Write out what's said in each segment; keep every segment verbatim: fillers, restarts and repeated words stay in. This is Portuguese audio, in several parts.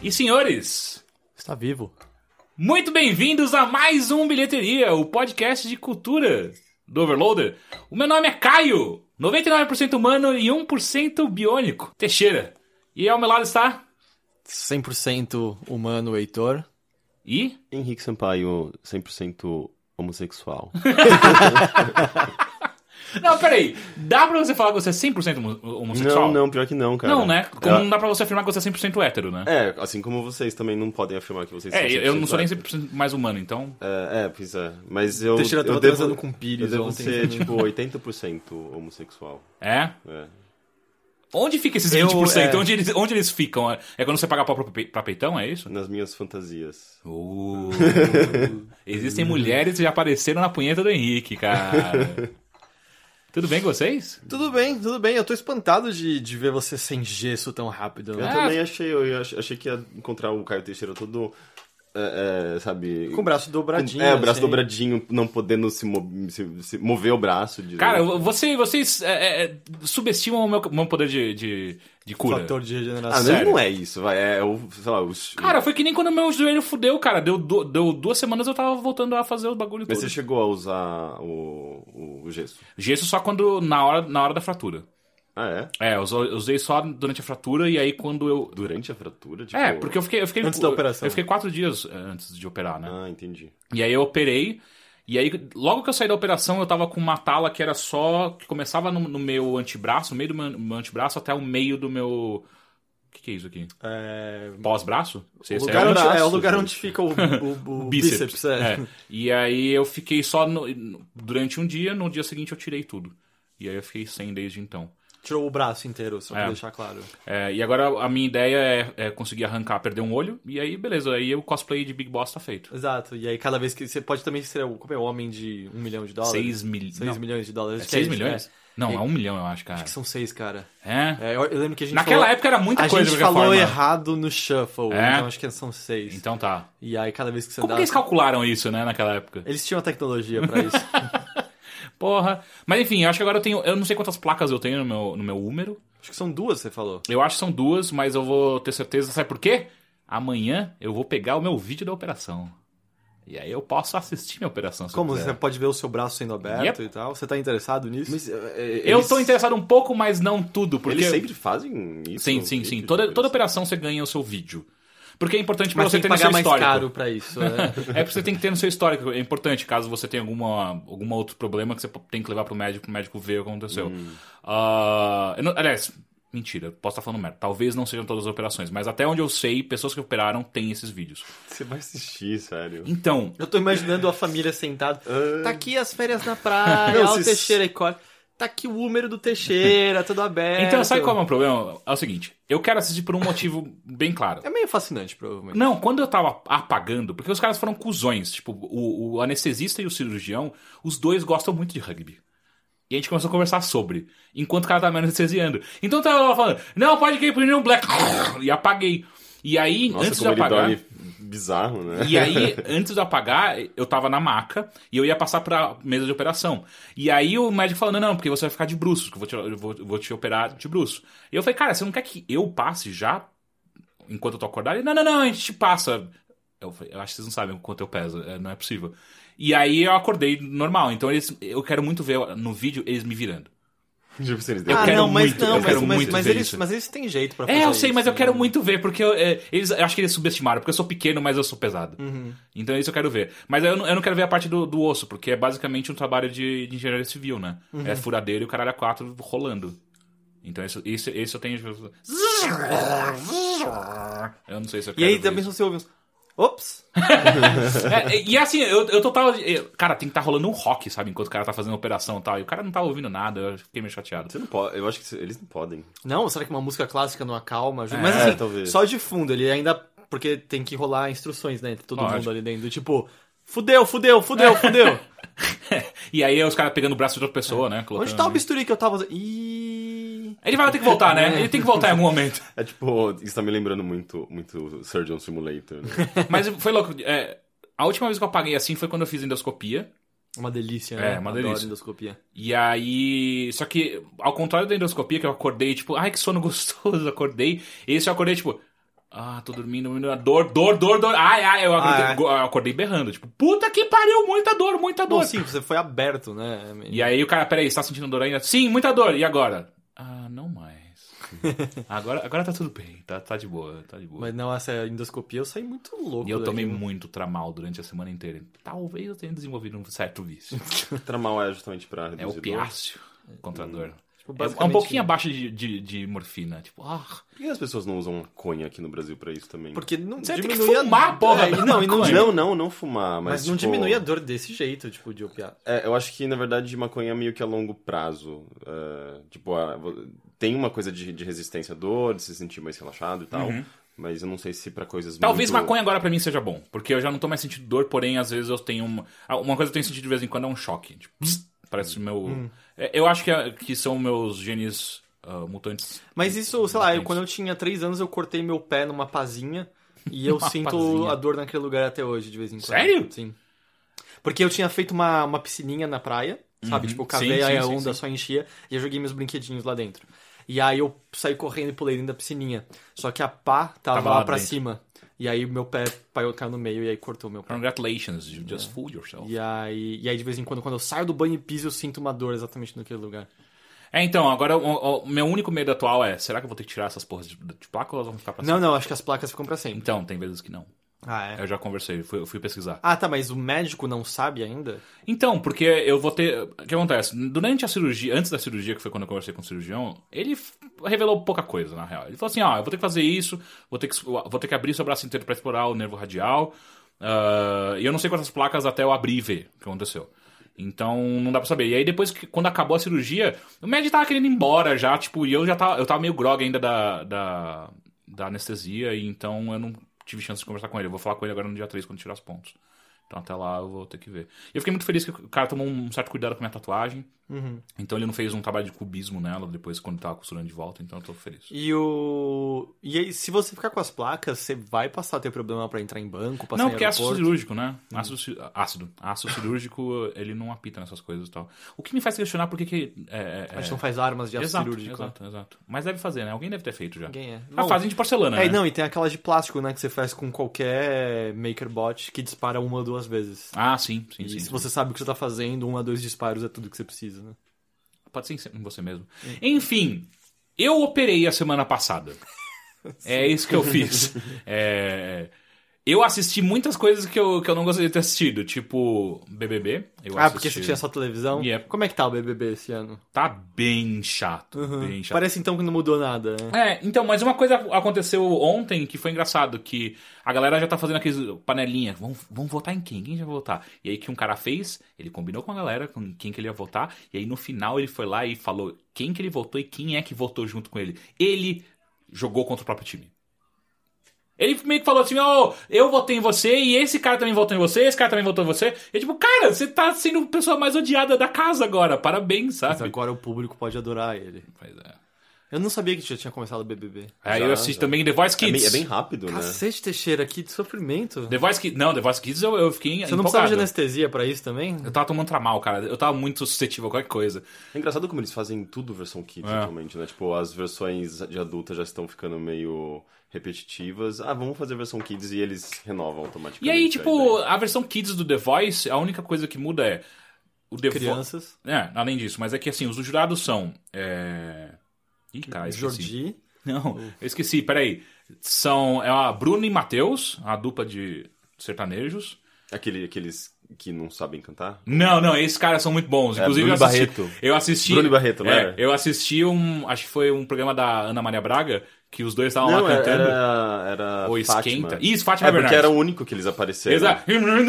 e senhores, está vivo. Muito bem-vindos a mais um Bilheteria, o podcast de cultura do Overloader. O meu nome é Caio, noventa e nove por cento humano e um por cento biônico, Teixeira. E ao meu lado está... cem por cento humano, Heitor. E... Henrique Sampaio, cem por cento homossexual. Não, peraí. Dá pra você falar que você é cem por cento homossexual? Não, não, pior que não, cara. Não, né? Como Eu- não dá pra você afirmar que você é cem por cento hétero, né? É, assim como vocês também não podem afirmar que vocês são É, eu não sou nem cem héteros. por cento mais humano, então... É, é, pois é. Mas eu, Teixeira tava eu devo, transando com eu Pires devo ontem. ser, tipo, oitenta por cento homossexual. É? É. Onde fica esses Eu, vinte por cento? é. Onde, eles, onde eles ficam? É quando você paga pau pra, pe- pra peitão, é isso? Nas minhas fantasias. Uh, existem mulheres que já apareceram na punheta do Henrique, cara. Tudo bem com vocês? Tudo bem, tudo bem. Eu tô espantado de, de ver você sem gesso tão rápido. Eu Né? É. também achei, eu ach- achei que ia encontrar o Caio Teixeira todo, é, é, sabe... Com o braço dobradinho. É, o braço assim. dobradinho, não podendo se, mo- se- se mover o braço direito. Cara, você, vocês é, é, subestimam o meu, meu poder de, de, de cura. Fator de Ah, regeneração. mas sério? não é isso, vai. É o, sei lá, os... Cara, foi que nem quando meu joelho fudeu, cara. Deu, du- deu duas semanas eu tava voltando a fazer os bagulho Mas todo. você chegou a usar o, o, o gesso? Gesso só quando na hora, na hora da fratura. Ah, é? É, eu usei- usei só durante a fratura e aí quando eu... Durante a fratura? Tipo... É, porque eu fiquei... Eu fiquei Antes da operação. Eu fiquei quatro dias é, antes de operar, né? Ah, entendi. E aí eu operei, e aí logo que eu saí da operação eu tava com uma tala que era só, que começava no, no meu antebraço, no meio do meu, meu antebraço até o meio do meu... O que, que é isso aqui? É... Pós-braço? Sei, O sei, lugar é um onde, braço, é o lugar gente. onde fica o, o, o bíceps. bíceps. é. É. E aí eu fiquei só no- durante um dia, no dia seguinte eu tirei tudo. E aí eu fiquei sem desde então. Tirou o braço inteiro, só pra É. deixar claro. É, e agora a minha ideia é, é conseguir arrancar, perder um olho, e aí beleza, aí o cosplay de Big Boss tá feito. Exato. E aí cada vez que... Você pode também ser o, como é, o homem de um milhão de dólares. Seis milhões. Seis milhões de dólares. É Acho que é seis isso, milhões? né? Não, E- é um milhão, eu acho, cara. Acho que são seis, cara. É? É, eu, eu lembro que a gente Naquela falou... época era muita a coisa de gente qualquer falou forma. errado no shuffle, É? então acho que são seis. Então tá. E aí cada vez que você Como dá... que eles calcularam isso, né, naquela época? Eles tinham a tecnologia pra isso. Porra. Mas enfim, eu acho que agora eu tenho... Eu não sei quantas placas eu tenho no meu, no meu húmero. Acho que são duas, você falou. Eu acho que são duas, mas eu vou ter certeza. Sabe por quê? Amanhã eu vou pegar o meu vídeo da operação. E aí eu posso assistir minha operação se Como? eu Você quiser. pode ver o seu braço sendo aberto Yep. e tal? Você tá interessado nisso? Mas, é, Eu eles- tô interessado um pouco, mas não tudo. Porque... Eles sempre fazem isso? Sim, no sim, vídeo sim. de Toda, toda operação? operação você ganha o seu vídeo. Porque é importante pra Mas você tem ter que no pagar seu mais histórico. caro pra isso, né? É porque você tem que ter no seu histórico. É importante, caso você tenha alguma, algum outro problema que você tem que levar pro médico, pro médico ver o que aconteceu. Hum. Ah, eu não- aliás, mentira, posso estar falando merda. Talvez não sejam todas as operações, mas até onde eu sei, pessoas que operaram têm esses vídeos. Você vai assistir, sério. Então, Eu tô imaginando a família sentada. Ah. Tá aqui as férias na praia, Não, ó, o se- Teixeira e Core. Tá aqui o número do Teixeira, tudo aberto. então sabe qual é o meu problema? É o seguinte, eu quero assistir por um motivo bem claro. É meio fascinante, provavelmente. Não, quando eu tava apagando, porque os caras foram cuzões, tipo, o, o anestesista e o cirurgião, os dois gostam muito de rugby. E a gente começou a conversar sobre, enquanto o cara tava me anestesiando. Então eu tava lá falando, não, pode ir pro Union Black, e apaguei. E aí, Nossa, antes de como ele apagar... dorme bizarro, né? E aí, antes de eu apagar, eu tava na maca e eu ia passar pra mesa de operação. E aí o médico falou, não, não, porque você vai ficar de bruços, que eu vou te, eu vou, eu vou te operar de bruços. E eu falei, cara, você não quer que eu passe já, enquanto eu tô acordado? Ele, não, não, não, a gente passa. Eu falei, eu acho que vocês não sabem o quanto eu peso, é, não é possível. E aí eu acordei normal, então eles, eu quero muito ver no vídeo eles me virando. Tipo assim, eles Eu ah, quero não, mas muito, não, eu mas, quero mas, muito mas ver eles, isso. mas eles têm jeito pra fazer É, eu sei, isso, mas eu né? quero muito ver, porque eu, é, eles, eu acho que eles subestimaram, porque eu sou pequeno, mas eu sou pesado. Então isso eu quero ver. Mas eu não, eu não quero ver a parte do, do osso, porque é basicamente um trabalho de, de engenharia civil, né? É furadeiro e o caralho a quatro rolando. Então isso, isso, isso eu tenho... Eu não sei se eu E quero aí ver também isso. você ouve uns... Ops! É, e assim, eu, eu total... eu- cara, tem que estar rolando um rock, sabe? Enquanto o cara tá fazendo a operação e tal. E o cara não tá ouvindo nada, eu fiquei meio chateado. Você não pode, eu acho que eles não podem. Não, será que uma música clássica não acalma? É, mas assim, talvez. só de fundo, ele ainda... Porque tem que rolar instruções, né? Entre todo Lógico. mundo ali dentro. Tipo, fudeu, fudeu, fudeu, fudeu. E aí os caras pegando o braço de outra pessoa, né? Colocando... Onde tá o bisturi que eu tava... Ih... Ele vai ter que voltar, né? Ele tem que voltar em algum momento. É tipo, isso tá me lembrando muito, muito Surgeon Simulator, né? Mas foi louco. É, a última vez que eu apaguei assim foi quando eu fiz endoscopia. Uma delícia, É, né? uma Adoro delícia. endoscopia. E aí... Só que, ao contrário da endoscopia, que eu acordei, tipo... Ai, que sono gostoso, acordei. Esse eu acordei, tipo... Ah, tô dormindo, dormindo, dor, dor, dor, dor. Ai, ai, eu acordei, Ah, é. eu acordei berrando. Tipo, puta que pariu, muita dor, muita dor. Não, sim, você foi aberto, né? E aí o cara, peraí, você tá sentindo dor ainda? Sim, muita dor. E agora? Ah, não mais. agora, agora tá tudo bem, tá, tá de boa, tá de boa. Mas não, essa endoscopia eu saí muito louco. E eu tomei daqui. muito tramal durante a semana inteira. Talvez eu tenha desenvolvido um certo vício. Tramal é justamente pra É reduzir dor. opiáceo contra a dor. Tipo, É um basicamente- pouquinho abaixo de, de, de morfina. Tipo, ah... Por que as pessoas não usam maconha aqui no Brasil pra isso também? Porque não Você tem que diminui fumar, a... porra, É, da não, e não, maconha. Não, não, não fumar, mas, mas não tipo, diminui a dor desse jeito, tipo, de opiáceo. É, eu acho que, na verdade, maconha é meio que a longo prazo. É, tipo, a- tem uma coisa de, de resistência à dor, de se sentir mais relaxado e tal, mas eu não sei se pra coisas Talvez muito... maconha agora pra mim seja bom. Porque eu já não tô mais sentindo dor, porém, às vezes eu tenho uma... ah, Uma coisa que eu tenho sentido de vez em quando é um choque. Tipo, pss, parece o meu... É, Eu acho que, é- que são meus genes ah, mutantes. Mas isso, sei lá, eu, Mutantes. quando eu tinha três anos eu cortei meu pé numa pazinha e eu Uma sinto pazinha. a dor naquele lugar até hoje, de vez em quando. Sério? Sim. Porque eu tinha feito uma, uma piscininha na praia, sabe? Uhum. Tipo, eu Sim, cavei, sim, aí a sim, onda sim. só enchia e eu joguei meus brinquedinhos lá dentro. E aí eu saí correndo e pulei dentro da piscininha. Só que a pá tava, Tava lá lá pra dentro. cima. E aí meu pé caiu caiu no meio e aí cortou meu pé. Congratulations, you just fooled yourself. E aí, e aí de vez em quando, quando eu saio do banho e piso, eu sinto uma dor exatamente naquele lugar. É, então, agora o, o meu único medo atual é, será que eu vou ter que tirar essas porras de, de placa ou elas vão ficar pra Não, sempre? não, acho que as placas ficam pra sempre. Então, tem vezes que não. Ah, é? Eu já conversei, fui, eu fui pesquisar. Ah, tá, mas o médico não sabe ainda? Então, porque eu vou ter... O que acontece? Durante a cirurgia, antes da cirurgia, que foi quando eu conversei com o cirurgião, ele f- revelou pouca coisa, na real. Ele falou assim, ó, eu vou ter que fazer isso, vou ter que, vou ter que abrir seu braço inteiro pra explorar o nervo radial, ah, e eu não sei quantas placas até eu abrir e ver o que aconteceu. Então, não dá pra saber. E aí, depois, que, quando acabou a cirurgia, o médico tava querendo ir embora já, tipo, e eu já tava, eu tava meio grog ainda da, da, da anestesia, e então eu não tive chance de conversar com ele. Eu vou falar com ele agora no dia três, quando tirar os pontos. Então, até lá eu vou ter que ver. E eu fiquei muito feliz que o cara tomou um certo cuidado com a minha tatuagem. Uhum. Então, ele não fez um trabalho de cubismo nela depois, quando tava costurando de volta. Então, eu tô feliz. E o. E aí, se você ficar com as placas, você vai passar a ter problema pra entrar em banco, passar Não, em porque é ácido aeroporto? cirúrgico, né? Ácido, ci- ácido. Ácido cirúrgico, ele não apita nessas coisas e tal. O que me faz questionar por que que... É, é, A gente não faz armas de ácido exato, cirúrgico. exato, exato. Mas deve fazer, né? Alguém deve ter feito já. Ninguém é. Ah, Bom, fazem de porcelana, É, né? não, e tem aquelas de plástico, né, que você faz com qualquer MakerBot que dispara uma ou duas vezes. Ah, sim, sim, E sim. se sim. você sabe o que você tá fazendo, um a dois disparos é tudo que você precisa, né? Pode ser em você mesmo. Enfim, eu operei a semana passada. É isso que eu fiz. É, Eu assisti muitas coisas que eu, que eu não gostaria de ter assistido, tipo B B B. Eu Ah, assisti... porque você tinha só televisão? Yep. Como é que tá o B B B esse ano? Tá bem chato, Uhum. bem chato. Parece então que não mudou nada, né? É, então, mas uma coisa aconteceu ontem que foi engraçado, que a galera já tá fazendo aqueles panelinha, vamos, vamos votar em quem? Quem já vai votar? E aí que um cara fez, ele combinou com a galera, com quem que ele ia votar, e aí no final ele foi lá e falou quem que ele votou e quem é que votou junto com ele. Ele jogou contra o próprio time. Ele meio que falou assim, ó, oh, eu votei em você e esse cara também votou em você, esse cara também votou em você. E tipo, cara, você tá sendo a pessoa mais odiada da casa agora, parabéns, Mas sabe? agora o público pode adorar ele. Pois é. Eu não sabia que já tinha começado o B B B. Aí Já, eu assisti já. também The Voice É Kids. bem, é bem rápido, né? Cacete, Teixeira, que de sofrimento. The Voice Kids, não, The Voice Kids eu, eu fiquei Você não empolgado. precisava de anestesia pra isso também? Eu tava tomando tramal, cara. Eu tava muito suscetível a qualquer coisa. É engraçado como eles fazem tudo versão kids É. atualmente, né? Tipo, as versões de adulta já estão ficando meio repetitivas. Ah, vamos fazer a versão kids e eles renovam automaticamente. E aí, a tipo, ideia. a versão Kids do The Voice, a única coisa que muda é... O The Vo- Crianças. É, além disso. Mas é que, assim, os jurados são... É... Ih, cara, esqueci. Jordi. Não, eu esqueci, peraí. São é a Bruno e Matheus, a dupla de sertanejos. Aquele, aqueles que não sabem cantar? Não, não, esses caras são muito bons. É, Inclusive, Bruno eu assisti, Barreto. eu assisti. Bruno e Barreto, não é, era? Eu assisti um. Acho que foi um programa da Ana Maria Braga, que os dois estavam Não, lá cantando. era, era Ou Fátima. Esquenta. Isso, Fátima É, porque Bernardes. era o único que eles apareceram. Exato.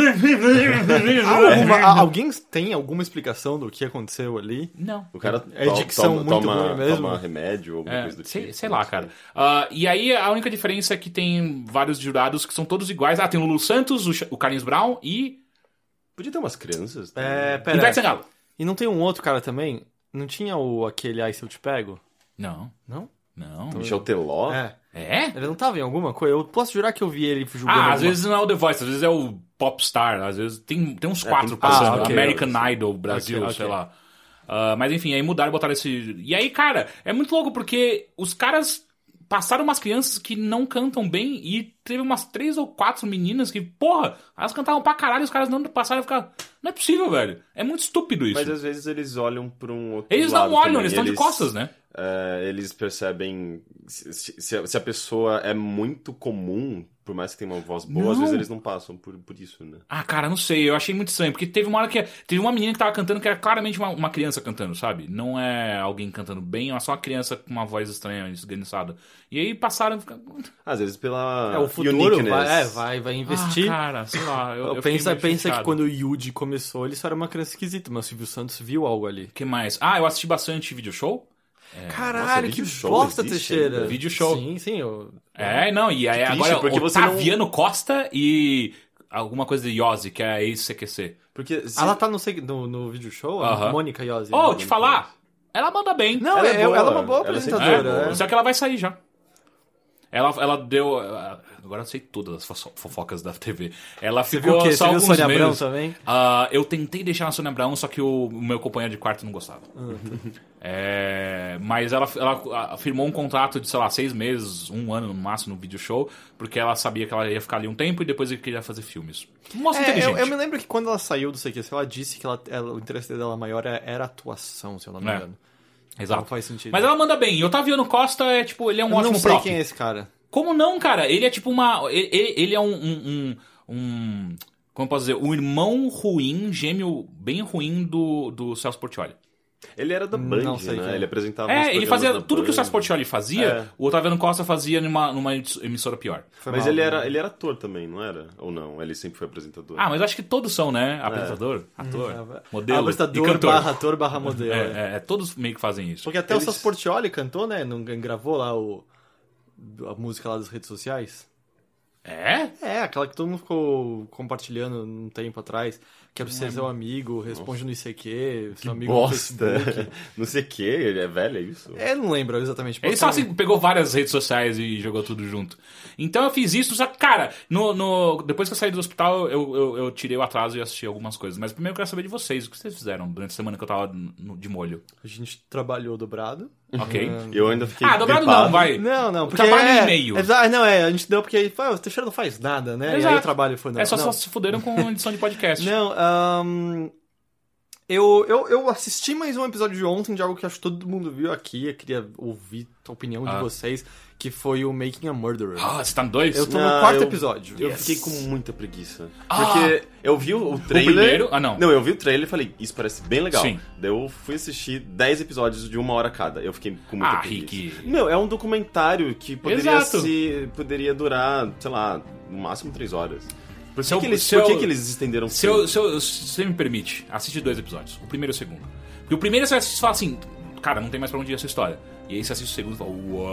Alguma- a- alguém tem alguma explicação do que aconteceu ali? Não. O cara É to- dicção toma, muito toma, ruim mesmo. toma remédio ou alguma É, coisa do sei, tipo. sei não lá, cara. Ah, e aí a única diferença é que tem vários jurados que são todos iguais. Ah, tem o Lulu Santos, o, Ch- o Carlinhos Brown e. Podia ter umas crianças. também. É, Ivete pera. Sangalo. E não tem um outro cara também? Não tinha o aquele Ai Se Eu Te Pego? Não, Não? não. Michel Teló. É. É? Ele não tava em alguma coisa? Eu posso jurar que eu vi ele julgando Ah, às alguma- vezes não é o The Voice, às vezes é o Popstar, às vezes tem, tem uns É, quatro tem- passando, Ah, ok. American Idol, Brasil, Ok, ok. sei lá. Ah, mas enfim, aí mudaram e botaram esse... E aí, cara, é muito louco porque os caras passaram umas crianças que não cantam bem e teve umas três ou quatro meninas que, porra, elas cantavam pra caralho e os caras não passaram e ficaram... Não é possível, velho. É muito estúpido isso. Mas às vezes eles olham pra um outro Eles lado não olham, também. eles estão de costas, né? É, eles percebem... Se, se, a, se a pessoa é muito comum, por mais que tenha uma voz boa, Não. às vezes eles não passam por, por isso, né? Ah, cara, não sei, eu achei muito estranho, porque teve uma hora que... Teve uma menina que tava cantando que era claramente uma, uma criança cantando, sabe? Não é alguém cantando bem, é só uma criança com uma voz estranha, esganiçada. E aí passaram... e ficaram- Às vezes pela É, o futuro uniqueness. vai, é, vai, vai investir. Ah, cara, sei lá, eu, eu fiquei pensa meio pensa que chateado. quando o Yuji começou, ele só era uma criança esquisita, mas o Silvio Santos viu algo ali. O que mais? Ah, eu assisti bastante video show. Caralho, Nossa, que vídeo show bosta, existe Teixeira. ainda? Vídeo show. Sim, sim. Eu... É, não, e aí triste, agora porque você não- Otaviano Costa e alguma coisa de Yossi, que é a ex-C Q C. Porque se- Ela tá no, seg- no, no vídeo show, a Aham. Mônica Iose. Ô, te falar, ela manda bem. Não, Ela ela é é, boa, ela é uma boa ela sempre apresentadora. é boa. é. Só que ela vai sair já. Ela, ela deu... Agora eu sei todas as fo- fofocas da T V. Ela Você ficou viu o quê? só Você viu alguns Sônia meses. Abrão também? Ah, eu tentei deixar na Sônia Abrão, só que o, o meu companheiro de quarto não gostava. Ah, É, mas ela, ela firmou um contrato de, sei lá, seis meses, um ano no máximo no video show, porque ela sabia que ela ia ficar ali um tempo e depois ele queria fazer filmes. Moça É, inteligente. eu, eu me lembro que quando ela saiu do C Q C, ela disse que ela, ela- o interesse dela maior era, era atuação, se eu não me É. engano. Exato. Não faz sentido. Mas ela manda bem. E o Otaviano Costa é, tipo, ele é um eu ótimo não sei prop. quem é esse cara. Como não, cara? Ele é tipo uma... Ele, ele- ele é um, um, um, um... Como eu posso dizer? Um irmão ruim, gêmeo bem ruim do, do Celso Portiolli. Ele era da Band, Não sei quem né? é. Ele apresentava uns É, ele programas fazia da tudo que o Band. Celso Portiolli fazia, É. o Otaviano Costa fazia numa, numa emissora pior. Foi Mas mal, ele né? era, ele era ator também, não era? Ou não? Ele sempre foi apresentador. Ah, mas acho que todos são, né? Apresentador, ator, É, modelo e apresentador cantor. barra ator barra modelo. é. É, é, é, todos meio que fazem isso. Porque até Eles- o Celso Portiolli cantou, né? Não gravou lá o, a música lá das redes sociais. É? É, aquela que todo mundo ficou compartilhando um tempo atrás. Quero ser seu amigo, responde no I C Q, seu amigo no Bosta! Facebook. Não sei o que, ele é velho, é isso? É, não lembro exatamente. Ele só assim, pegou várias redes sociais e jogou tudo junto. Então eu fiz isso, só que, cara, no, no, depois que eu saí do hospital, eu, eu, eu tirei o atraso e assisti algumas coisas. Mas primeiro eu quero saber de vocês, o que vocês fizeram durante a semana que eu tava no- de molho? A gente trabalhou dobrado. Ok? Eu ainda fiquei Ah, dobrado gripado. não, vai. Não, não, porque Trabalho é, no e-mail. É, ah, não, é, a gente deu porque pô, o Teixeira não faz nada, né? E aí Exato. o trabalho foi... Não, É só, não. só se fuderam com edição de podcast. Não, ahn, eu, eu, eu assisti mais um episódio de ontem de algo que acho que todo mundo viu aqui. Eu queria ouvir a opinião Ah. de vocês, que foi o Making a Murderer. Ah, você tá no dois? Eu tô no Não, quarto eu- episódio. Eu Yes. fiquei com muita preguiça. Ah. Porque eu vi o, o trailer... primeiro? Ah, não. Não, eu vi o trailer e falei, isso parece bem legal. Sim. Daí eu fui assistir dez episódios de uma hora cada. Eu fiquei com muita Ah, preguiça. Rick. Meu, é um documentário que poderia, Exato. se, poderia durar, sei lá, no máximo três horas. Por que, Se eu- que, eles, se por que, eu- que eles estenderam Se, eu, tanto? se, eu, se você me permite, assiste dois episódios. O primeiro e o segundo. Porque o primeiro você assiste e fala assim, cara, não tem mais pra onde ir essa história. E aí você assiste o segundo e fala,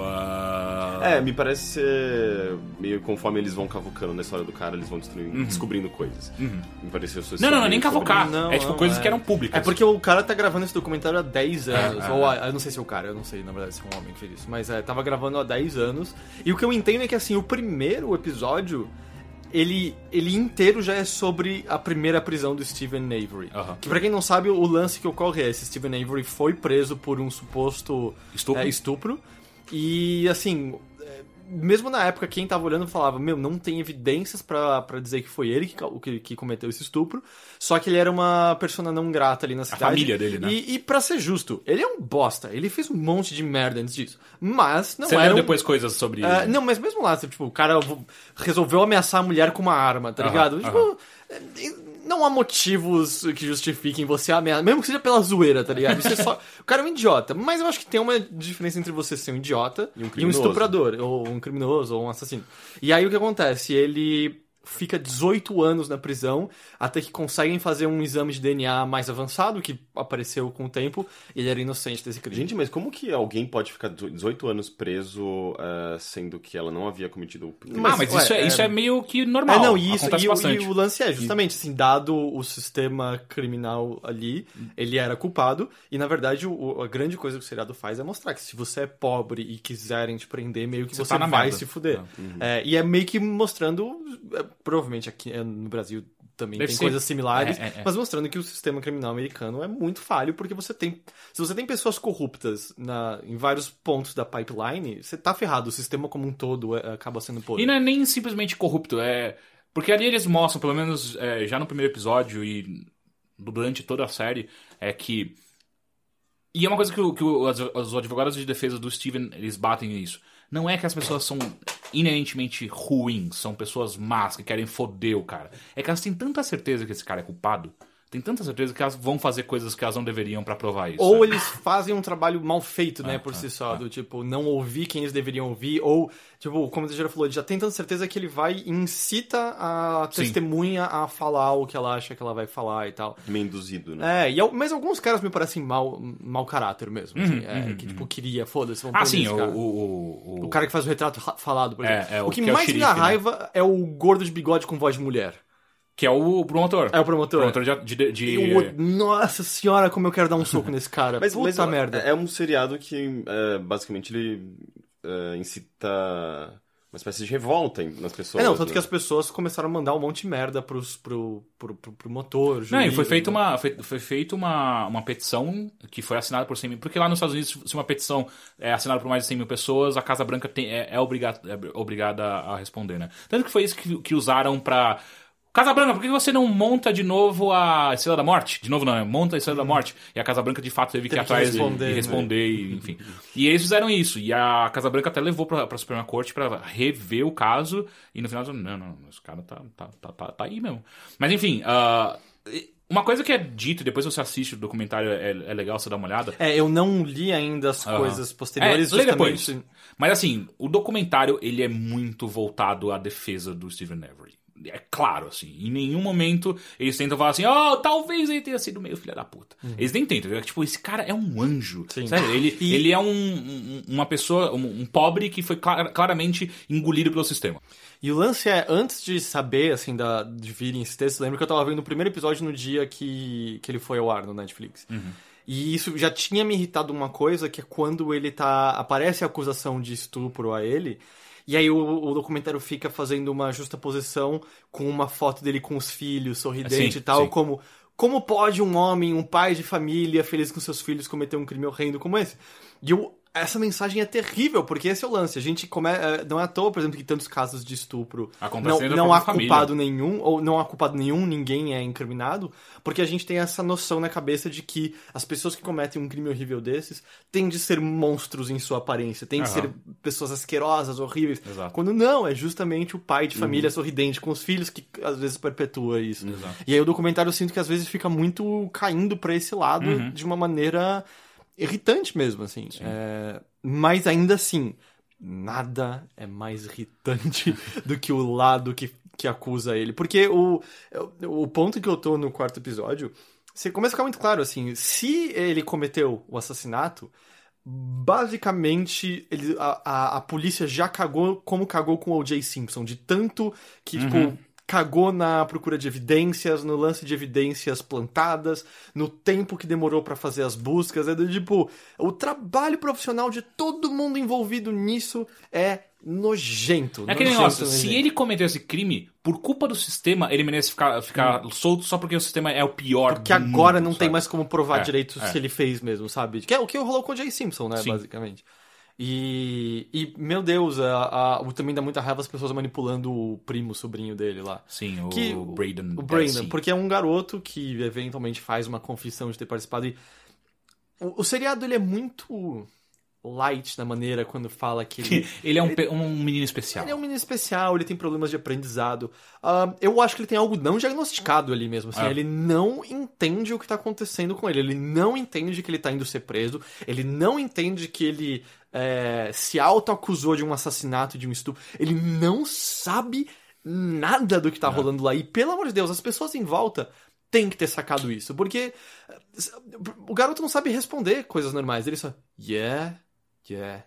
uau. É, me parece ser meio conforme eles vão cavucando na história do cara, eles vão destruindo, descobrindo coisas. Me pareceu ser Não, não, não, nem sobre- cavocar. Não, é tipo não, coisas é. que eram públicas. É porque o cara tá gravando esse documentário há dez anos. É, é, ou a- eu não sei se é o cara, eu não sei, na verdade, se é um homem que fez isso. Mas é, tava gravando há dez anos. E o que eu entendo é que, assim, o primeiro episódio, ele, ele inteiro já é sobre a primeira prisão do Stephen Avery. Aham. Que pra quem não sabe, o lance que ocorre é esse Stephen Avery foi preso por um suposto Estupro? é, estupro. E, assim... é, mesmo na época, quem tava olhando falava, meu, não tem evidências pra, pra dizer que foi ele que, ca- que, que cometeu esse estupro, só que ele era uma persona não grata ali na cidade. família dele, né? E, e pra ser justo, ele é um bosta, ele fez um monte de merda antes disso, mas não Você era leu um... depois coisas sobre... Ah, não, mas mesmo lá, tipo, o cara resolveu ameaçar a mulher com uma arma, tá Aham, ligado? aham. Tipo, é, não há motivos que justifiquem você ameaçar, mesmo que seja pela zoeira, tá ligado? Isso é só... O cara é um idiota, mas eu acho que tem uma diferença entre você ser um idiota E um e um criminoso. estuprador, ou um criminoso, ou um assassino. E aí o que acontece? Ele fica dezoito anos na prisão, até que conseguem fazer um exame de D N A mais avançado, que apareceu com o tempo, e ele era inocente desse crime. Gente, mas como que alguém pode ficar dezoito anos preso, eh, sendo que ela não havia cometido o crime? Ah, mas ué, isso, é, é- isso é meio que normal. É, não, e isso, Acontece e, o- bastante. e o lance é, justamente, assim, dado o sistema criminal ali, ele era culpado, e na verdade o- a grande coisa que o seriado faz é mostrar que se você é pobre e quiserem te prender, meio que Você você, tá na vai merda. se fuder. Uhum. É, e é meio que mostrando, é, provavelmente aqui é, no Brasil também Deve tem ser. coisas similares, É, é, é. mas mostrando que o sistema criminal americano é muito falho, porque você tem... Se você tem pessoas corruptas na, em vários pontos da pipeline, você tá ferrado, o sistema como um todo é, acaba sendo podre. E não é nem simplesmente corrupto, é... Porque ali eles mostram, pelo menos é, já no primeiro episódio e durante toda a série, é que... E é uma coisa que, o, que o, as- os advogados de defesa do Steven, eles batem nisso. Não é que as pessoas são inerentemente ruins, são pessoas más, que querem foder o cara. É que elas têm tanta certeza que esse cara é culpado, tem tanta certeza que elas vão fazer coisas que elas não deveriam pra provar isso. Ou sabe? eles fazem um trabalho mal feito, né, Ah, por ah, si só, ah. do tipo, não ouvir quem eles deveriam ouvir, ou, tipo, como o Teixeira falou, ele já tem tanta certeza que ele vai e incita a Sim. testemunha a falar o que ela acha que ela vai falar e tal. Meio induzido, né? É, e, al- mas alguns caras me parecem mau, mau caráter mesmo, assim, Uhum, é, uhum, que, tipo, queria, foda-se, vamos Ah, prender sim, esse o, cara. o, o, O cara que faz o retrato ra- falado, por É, exemplo. é, o o que que é o mais me dá xerife, né? raiva é o gordo de bigode com voz de mulher. Que é o promotor. É o promotor. Promotor de... de, de- Eu- nossa senhora, como eu quero dar um soco nesse cara. Mas, Puta mas é- merda. é um seriado que, é, basicamente, ele é, incita uma espécie de revolta em- nas pessoas. É, não, tanto né? que as pessoas começaram a mandar um monte de merda pros, pro, pro, pro, pro motor. Não, e juiz, foi feita né? uma, foi, foi feita uma, uma petição que foi assinada por cem mil... Porque lá nos Estados Unidos, se uma petição é assinada por mais de cem mil pessoas, a Casa Branca tem, é, é, obrigada, é obrigada a responder, né? Tanto que foi isso que, que usaram pra... Casa Branca, por que você não monta de novo a Estrela da Morte? De novo não, é monta a Estrela da Morte. E a Casa Branca, de fato, teve que ir Teve que atrás e- responder, e né? responder, e, enfim. E eles fizeram isso. E a Casa Branca até levou pra, pra Suprema Corte pra rever o caso. E no final, não, não, esse cara tá, tá, tá, tá, tá aí mesmo. Mas enfim, ah, uma coisa que é dito, e depois você assiste o documentário, é, é legal você dar uma olhada. É, eu não li ainda as Aham. coisas posteriores. É, lê justamente... depois. Mas assim, o documentário, ele é muito voltado à defesa do Stephen Avery. É claro, assim. Em nenhum momento eles tentam falar assim, oh, talvez ele tenha sido meio filha da puta. Eles nem tentam. É, tipo, esse cara é um anjo. Sim. Sério, ele, E- ele é um, um- uma pessoa, um, um pobre que foi clara- claramente engolido pelo sistema. E o lance é, antes de saber, assim, da, de virem esse texto, lembro que eu tava vendo o primeiro episódio no dia que, que ele foi ao ar no Netflix. E isso já tinha me irritado uma coisa, que é quando ele tá... Aparece a acusação de estupro a ele, e aí o, o documentário fica fazendo uma justaposição com uma foto dele com os filhos, sorridente Sim, e tal, sim. como... Como pode um homem, um pai de família, feliz com seus filhos, cometer um crime horrendo como esse? E eu, essa mensagem é terrível, porque esse é o lance. A gente come... eh, não é à toa, por exemplo, que tantos casos de estupro não, Acontecendo da não própria há família. culpado nenhum, ou não há culpado nenhum, ninguém é incriminado, porque a gente tem essa noção na cabeça de que as pessoas que cometem um crime horrível desses têm de ser monstros em sua aparência, têm de Aham. ser pessoas asquerosas, horríveis. Exato. Quando não, é justamente o pai de família sorridente com os filhos que às vezes perpetua isso. Exato. E aí o documentário eu sinto que às vezes fica muito caindo pra esse lado Uhum. de uma maneira irritante mesmo, assim. É, mas ainda assim, nada é mais irritante do que o lado que, que acusa ele. Porque o, o ponto que eu tô no quarto episódio, você começa a ficar muito claro, assim, se ele cometeu o assassinato, basicamente ele, a, a, a polícia já cagou como cagou com o O J Simpson, de tanto que, tipo, cagou na procura de evidências, no lance de evidências plantadas, no tempo que demorou pra fazer as buscas, é do tipo, o trabalho profissional de todo mundo envolvido nisso é nojento. É aquele nojento, negócio, se nojento. ele cometeu esse crime, por culpa do sistema, ele merece ficar, ficar solto só porque o sistema é o pior Porque do agora mundo, não sabe? tem mais como provar É, direito é. se ele fez mesmo, sabe? Que é o que rolou com o Jay Simpson, né, Sim. basicamente. E, e, meu Deus, a, a, o- também dá muita raiva as pessoas manipulando o primo, sobrinho dele lá. Sim, o Que- Braden. O Brandon, Dassey. porque é um garoto que eventualmente faz uma confissão de ter participado. E o, o seriado ele é muito light na maneira quando fala que ele, Ele é um, pe- um menino especial. ele é um menino especial, ele tem problemas de aprendizado. Ah, eu acho que ele tem algo não diagnosticado ali mesmo. Assim, É. Ele não entende o que tá acontecendo com ele. Ele não entende que ele tá indo ser preso. Ele não entende que ele é, se auto-acusou de um assassinato, de um estupro. Ele não sabe nada do que tá rolando lá. E, pelo amor de Deus, as pessoas em volta têm que ter sacado isso. Porque o garoto não sabe responder coisas normais. Ele só, yeah, yeah,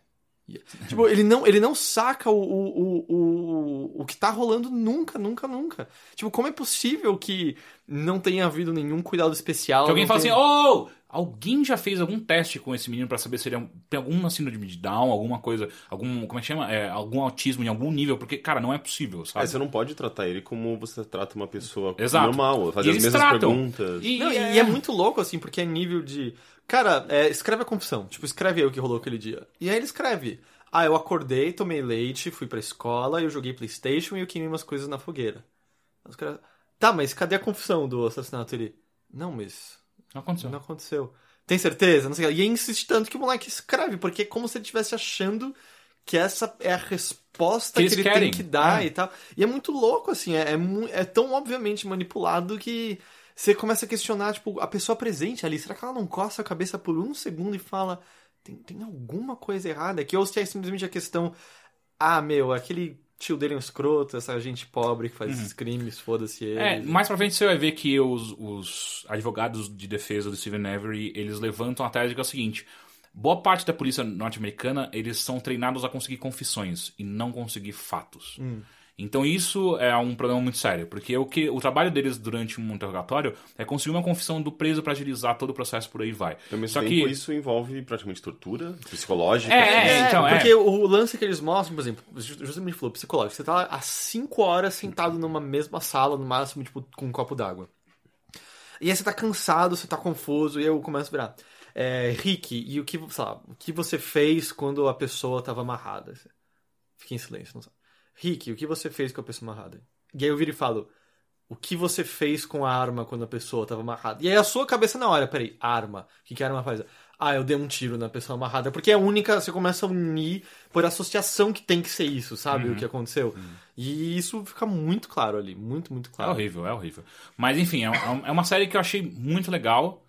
Tipo, ele não, ele não saca o, o, o, o, o que tá rolando nunca, nunca, nunca. Tipo, como é possível que não tenha havido nenhum cuidado especial? Que alguém fala tenha... assim, oh, alguém já fez algum teste com esse menino pra saber se ele é um, tem alguma síndrome de Down, alguma coisa, algum, como é que chama? É, algum autismo em algum nível, porque, cara, não é possível, sabe? É, você não pode tratar ele como você trata uma pessoa Exato. normal, fazer E as eles mesmas tratam. perguntas. E, Não, é... e é muito louco, assim, porque é nível de... Cara, é, escreve a confissão. Tipo, escreve aí o que rolou aquele dia. E aí ele escreve... Ah, eu acordei, tomei leite, fui pra escola, eu joguei PlayStation e eu queimei umas coisas na fogueira. Os caras... Tá, mas cadê a confissão do assassinato? Ele... Não, mas... Não aconteceu. Não aconteceu. Tem certeza? Não sei o que. E aí insiste tanto que o moleque escreve, porque é como se ele estivesse achando que essa é a resposta Que que, eles ele querem. tem que dar É. e tal. E é muito louco, assim, é, é, mu- é tão obviamente manipulado que você começa a questionar, tipo, a pessoa presente ali, será que ela não coça a cabeça por um segundo e fala, tem, tem alguma coisa errada aqui? Ou se é simplesmente a questão, ah, meu, aquele tio dele é um escroto, essa gente pobre que faz esses crimes, foda-se ele. É, mais pra frente você vai ver que os, os advogados de defesa do Stephen Avery, eles levantam a tese que é o seguinte: boa parte da polícia norte-americana, eles são treinados a conseguir confissões e não conseguir fatos. Hum. Então isso é um problema muito sério, porque o, que, o trabalho deles durante um interrogatório é conseguir uma confissão do preso pra agilizar todo o processo, por aí vai. Ao mesmo Só tempo, que isso envolve praticamente tortura psicológica. É, é, física. então, é. porque o lance que eles mostram, por exemplo, justamente falou, psicológico, você tá lá há cinco horas sentado numa mesma sala, no máximo, tipo, com um copo d'água. E aí você tá cansado, você tá confuso, e eu começo a virar. É, Rick, e o que, sei lá, o que você fez quando a pessoa tava amarrada? Fica em silêncio, não sabe. Rick, o que você fez com a pessoa amarrada? E aí eu viro e falo, o que você fez com a arma quando a pessoa tava amarrada? E aí a sua cabeça na hora, peraí, arma, o que que a arma faz? Ah, eu dei um tiro na pessoa amarrada, porque é a única, você começa a unir por associação que tem que ser isso, sabe, Uhum. o que aconteceu. Uhum. E isso fica muito claro ali, muito, muito é claro. horrível, é horrível. Mas enfim, é, um- é uma série que eu achei muito legal.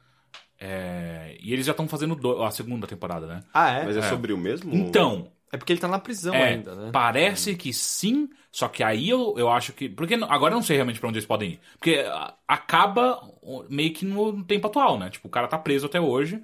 É, e eles já estão fazendo do- a segunda temporada, né? Ah, é? Mas é, É. sobre o mesmo? Então, É porque ele tá na prisão é, ainda, né? parece que sim, só que aí eu, eu acho que... Porque não- agora eu não sei realmente pra onde eles podem ir. Porque a- acaba meio que no tempo atual, né? Tipo, o cara tá preso até hoje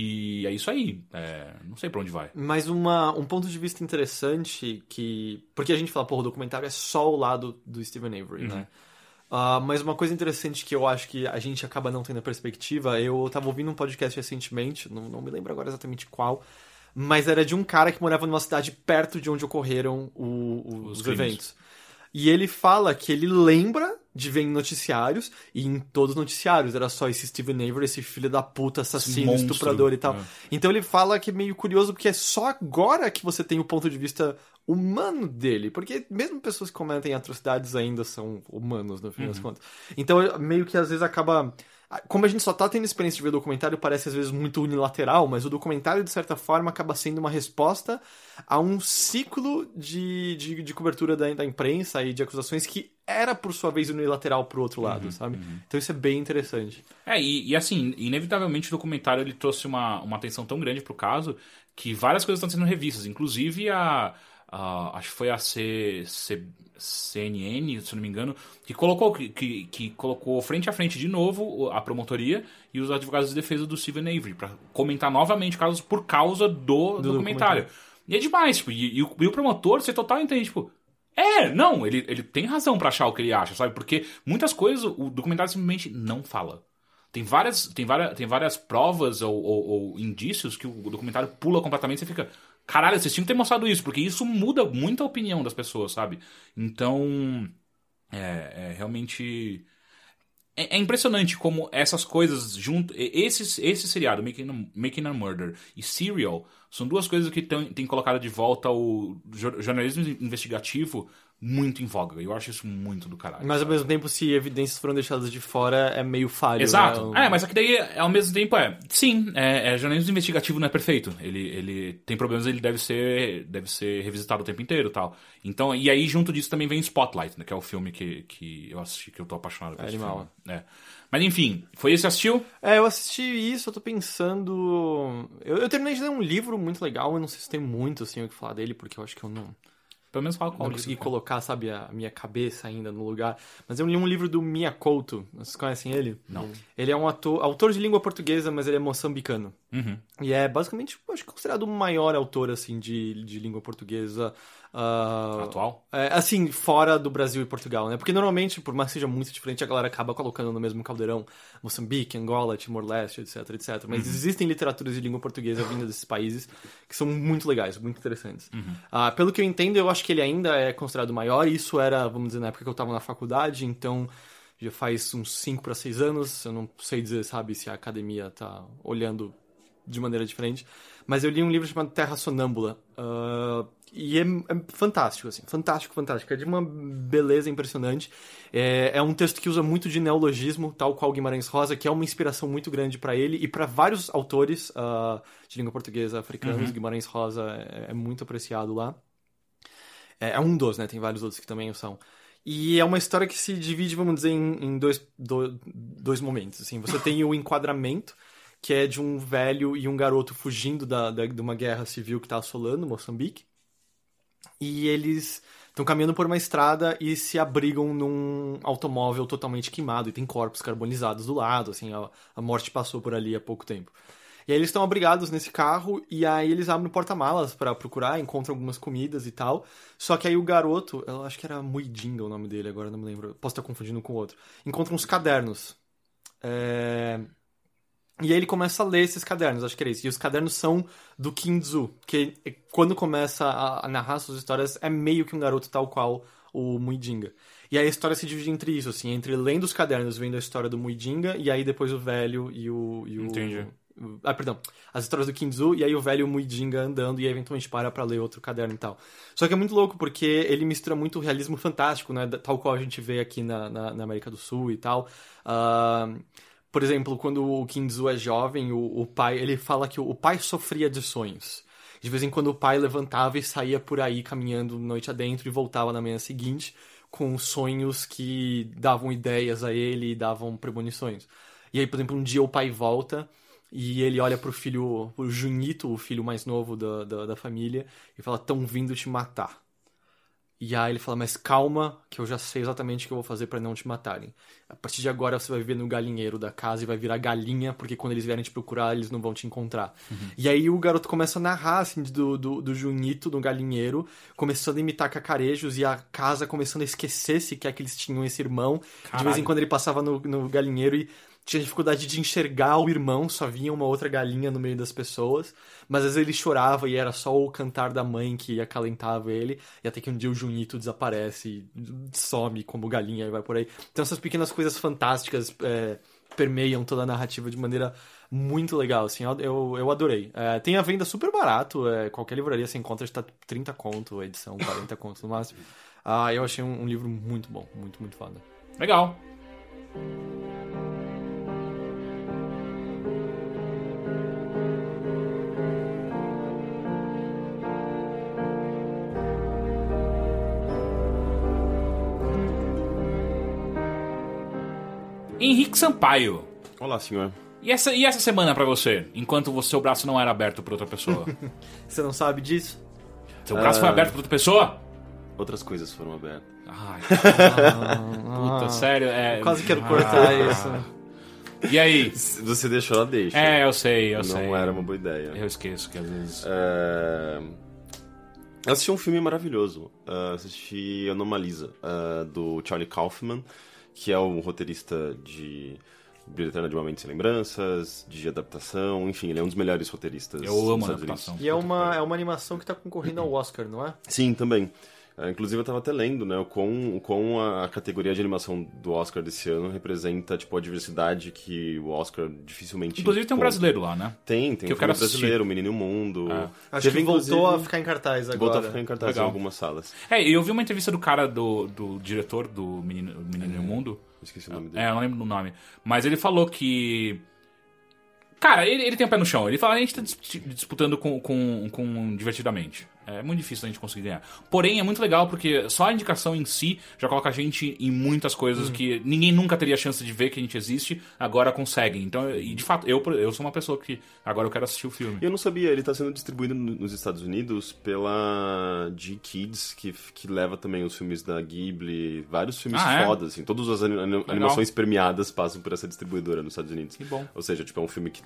e é isso aí. É, não sei pra onde vai. Mas uma, um ponto de vista interessante que... Porque a gente fala, porra, o documentário é só o lado do Stephen Avery, né? Ah, mas uma coisa interessante que eu acho que a gente acaba não tendo a perspectiva, eu tava ouvindo um podcast recentemente, não, não me lembro agora exatamente qual, mas era de um cara que morava numa cidade perto de onde ocorreram o- o- Os os, crimes. eventos. E ele fala que ele lembra de ver em noticiários, e em todos os noticiários era só esse Stephen Avery, esse filho da puta, assassino, monstro, estuprador e tal. é. Então ele fala que é meio curioso, porque é só agora que você tem o ponto de vista humano dele. Porque mesmo pessoas que cometem atrocidades ainda são humanos, no fim das contas. Então meio que às vezes acaba... Como a gente só tá tendo experiência de ver o documentário, parece às vezes muito unilateral, mas o documentário, de certa forma, acaba sendo uma resposta a um ciclo de, de, de cobertura da, da imprensa e de acusações que era, por sua vez, unilateral pro outro lado, sabe? Então isso é bem interessante. É, e, e assim, inevitavelmente o documentário ele trouxe uma, uma atenção tão grande pro caso que várias coisas estão sendo revistas, inclusive a, a acho que foi a C, C, C N N, se eu não me engano, que colocou, que, que, que colocou frente a frente de novo a promotoria e os advogados de defesa do Stephen Avery pra comentar novamente casos por causa do, Do documentário. documentário. E é demais, tipo, e, e o, e o promotor, você total entende, tipo, é, não, ele, ele tem razão pra achar o que ele acha, sabe? Porque muitas coisas o documentário simplesmente não fala. Tem várias, tem várias, tem várias provas ou, ou, ou indícios que o documentário pula completamente e você fica... Caralho, vocês tinham que ter mostrado isso, porque isso muda muito a opinião das pessoas, sabe? Então, é, é realmente... É, é impressionante como essas coisas junto... Esse, esse seriado, Making a, Making a Murder e Serial, são duas coisas que têm tem colocado de volta o jor- jornalismo investigativo muito em voga. Eu acho isso muito do caralho. Mas ao sabe? mesmo tempo, se evidências foram deixadas de fora, é meio falho. Exato. Né? É, mas aqui daí, ao mesmo tempo, é... Sim, é, é, jornalismo investigativo não é perfeito. Ele, ele tem problemas, ele deve ser, deve ser revisitado o tempo inteiro e tal. Então, e aí, junto disso, também vem Spotlight, né, que é o filme que, que eu assisti, que eu tô apaixonado por É esse animal. filme. É. Mas enfim, foi esse que assistiu? É, eu assisti isso, eu tô pensando... Eu, eu terminei de ler um livro muito legal, eu não sei se tem muito, assim, o que falar dele, porque eu acho que eu não... Pelo menos fala Não qual consegui livro. colocar, sabe, a minha cabeça ainda no lugar. Mas eu li um livro do Miyakoto. Vocês conhecem ele? Não. Ele é um ator, autor de língua portuguesa, mas ele é moçambicano. Uhum. E é basicamente, acho que considerado o maior autor, assim, de, de língua portuguesa... Uh, Atual? É, assim, fora do Brasil e Portugal, né? Porque normalmente, por mais que seja muito diferente, a galera acaba colocando no mesmo caldeirão Moçambique, Angola, Timor-Leste, etc, etcétera. Mas uhum. existem literaturas de língua portuguesa vindas desses países que são muito legais, muito interessantes. Uhum. Uh, pelo que eu entendo, eu acho que ele ainda é considerado maior. Isso era, vamos dizer, na época que eu estava na faculdade, então já faz uns cinco para seis anos. Eu não sei dizer, sabe, se a academia tá olhando de maneira diferente. Mas eu li um livro chamado Terra Sonâmbula. Uh, e é, é fantástico, assim. Fantástico, fantástico. É de uma beleza impressionante. É, é um texto que usa muito de neologismo, tal qual Guimarães Rosa, que é uma inspiração muito grande para ele e para vários autores uh, de língua portuguesa africanos. Uhum. Guimarães Rosa é, é muito apreciado lá. É, é um dos, né? Tem vários outros que também são. E é uma história que se divide, vamos dizer, em, em dois, do, dois momentos. Assim. Você tem o enquadramento, que é de um velho e um garoto fugindo da, da, de uma guerra civil que está assolando Moçambique. E eles estão caminhando por uma estrada e se abrigam num automóvel totalmente queimado. E tem corpos carbonizados do lado, assim, a, a morte passou por ali há pouco tempo. E aí eles estão abrigados nesse carro e aí eles abrem o porta-malas para procurar, encontram algumas comidas e tal. Só que aí o garoto, eu acho que era Muidinga o nome dele, agora não me lembro, posso estar confundindo com o outro, encontra uns cadernos. É... E aí ele começa a ler esses cadernos, acho que era isso. E os cadernos são do Kinzu, que quando começa a narrar suas histórias é meio que um garoto tal qual o Muidinga. E aí a história se divide entre isso, assim, entre lendo os cadernos, vendo a história do Muidinga, e aí depois o velho e o... E o Entendi. O, ah, perdão. As histórias do Kinzu, e aí o velho e o Muidinga andando, e aí eventualmente para pra ler outro caderno e tal. Só que é muito louco, porque ele mistura muito o realismo fantástico, né, tal qual a gente vê aqui na, na, na América do Sul e tal. Uh... Por exemplo, quando o Kinzu é jovem, o, o pai, ele fala que o, o pai sofria de sonhos. De vez em quando o pai levantava e saía por aí caminhando noite adentro e voltava na manhã seguinte com sonhos que davam ideias a ele e davam premonições. E aí, por exemplo, um dia o pai volta e ele olha pro filho, pro Junito, o filho mais novo da, da, da família, e fala, tão vindo te matar. E aí ele fala, mas calma, que eu já sei exatamente o que eu vou fazer pra não te matarem. A partir de agora você vai viver no galinheiro da casa e vai virar galinha, porque quando eles vierem te procurar, eles não vão te encontrar. Uhum. E aí o garoto começa a narrar, assim, do, do, do Junito, do galinheiro, começando a imitar cacarejos e a casa começando a esquecer-se que é que eles tinham esse irmão. Caralho. De vez em quando ele passava no, no galinheiro e tinha dificuldade de enxergar o irmão, só vinha uma outra galinha no meio das pessoas, mas às vezes ele chorava e era só o cantar da mãe que acalentava ele, e até que um dia o Junito desaparece e some como galinha e vai por aí. Então essas pequenas coisas fantásticas é, permeiam toda a narrativa de maneira muito legal, assim, eu, eu adorei. É, tem a venda super barato, é, qualquer livraria você encontra, está trinta conto a edição, quarenta conto no máximo. Ah, eu achei um, um livro muito bom, muito, muito foda. Legal. Henrique Sampaio. Olá, senhor. E essa, e essa semana pra você? Enquanto o seu braço não era aberto pra outra pessoa? Você não sabe disso? Seu braço uh... foi aberto pra outra pessoa? Outras coisas foram abertas. Ai, ah, puta, sério? É... Quase quero cortar ah, isso. E aí? Você deixou, ela deixa. É, eu sei, eu não sei. Não era uma boa ideia. Eu esqueço que às vezes... É... Eu assisti um filme maravilhoso. Uh, assisti Anomalisa, uh, do Charlie Kaufman, que é um roteirista de Brilho Eterno de Uma Mente Sem Lembranças, de adaptação, enfim, ele é um dos melhores roteiristas. Eu amo a adaptação. E é uma, é uma animação que está concorrendo ao Oscar, não é? Sim, também. Uh, inclusive eu estava até lendo, né, o quão, o quão a categoria de animação do Oscar desse ano representa, tipo, a diversidade que o Oscar dificilmente... Inclusive tem um conta. brasileiro lá, né? Tem, tem que um filme brasileiro, O Menino e o Mundo. É. Acho que voltou a ficar em cartaz agora. Voltou a ficar em cartaz Legal. em algumas salas. É, e eu vi uma entrevista do cara, do, do diretor do Menino, Menino e o Mundo. Esqueci o nome dele. É, eu não lembro do nome. Mas ele falou que... Cara, ele, ele tem o pé no chão. Ele fala, a gente tá disputando com, com, com divertidamente. É muito difícil a gente conseguir ganhar. Porém, é muito legal porque só a indicação em si já coloca a gente em muitas coisas hum. que ninguém nunca teria chance de ver que a gente existe, agora conseguem. Então, e de fato, eu, eu sou uma pessoa que agora eu quero assistir o filme. Eu não sabia, ele tá sendo distribuído nos Estados Unidos pela G-Kids, que, que leva também os filmes da Ghibli, vários filmes ah, fodas, é? assim. Todas as anim- animações premiadas passam por essa distribuidora nos Estados Unidos. Que bom. Ou seja, tipo, é um filme que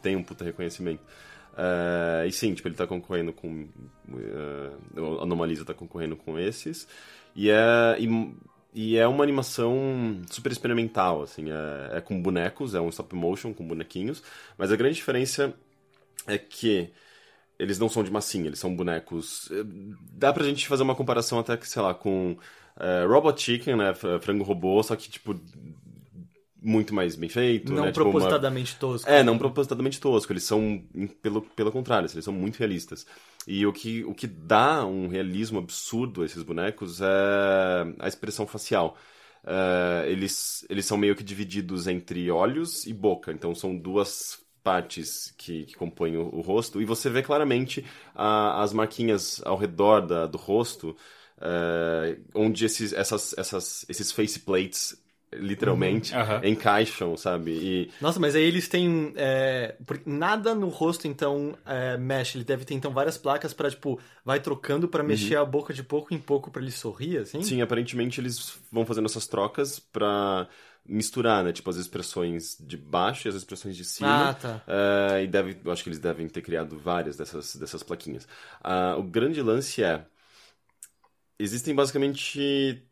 tem um puta reconhecimento. Uh, e sim, tipo, ele tá concorrendo com... Uh, a Anomalisa tá concorrendo com esses. E é, e, e é uma animação super experimental, assim. É, é com bonecos, é um stop motion com bonequinhos. Mas a grande diferença é que eles não são de massinha, eles são bonecos... Dá pra gente fazer uma comparação até, que sei lá, com uh, Robot Chicken, né? Frango robô, só que, tipo... muito mais bem feito. Não né? propositadamente tipo, uma... tosco. É, não propositadamente tosco. Eles são, pelo, pelo contrário, eles são muito realistas. E o que, o que dá um realismo absurdo a esses bonecos é a expressão facial. Uh, eles, eles são meio que divididos entre olhos e boca. Então são duas partes que, que compõem o, o rosto. E você vê claramente a, as marquinhas ao redor da, do rosto, uh, onde esses, essas, essas, esses faceplates literalmente, uhum, uhum. encaixam, sabe? E... Nossa, mas aí eles têm... É, nada no rosto, então, é, mexe. Ele deve ter, então, várias placas pra, tipo, vai trocando pra mexer uhum. a boca de pouco em pouco pra ele sorrir, assim? Sim, aparentemente eles vão fazendo essas trocas pra misturar, né? Tipo, as expressões de baixo e as expressões de cima. Ah, tá. Uh, e deve, eu acho que eles devem ter criado várias dessas, dessas plaquinhas. Uh, o grande lance é... Existem basicamente...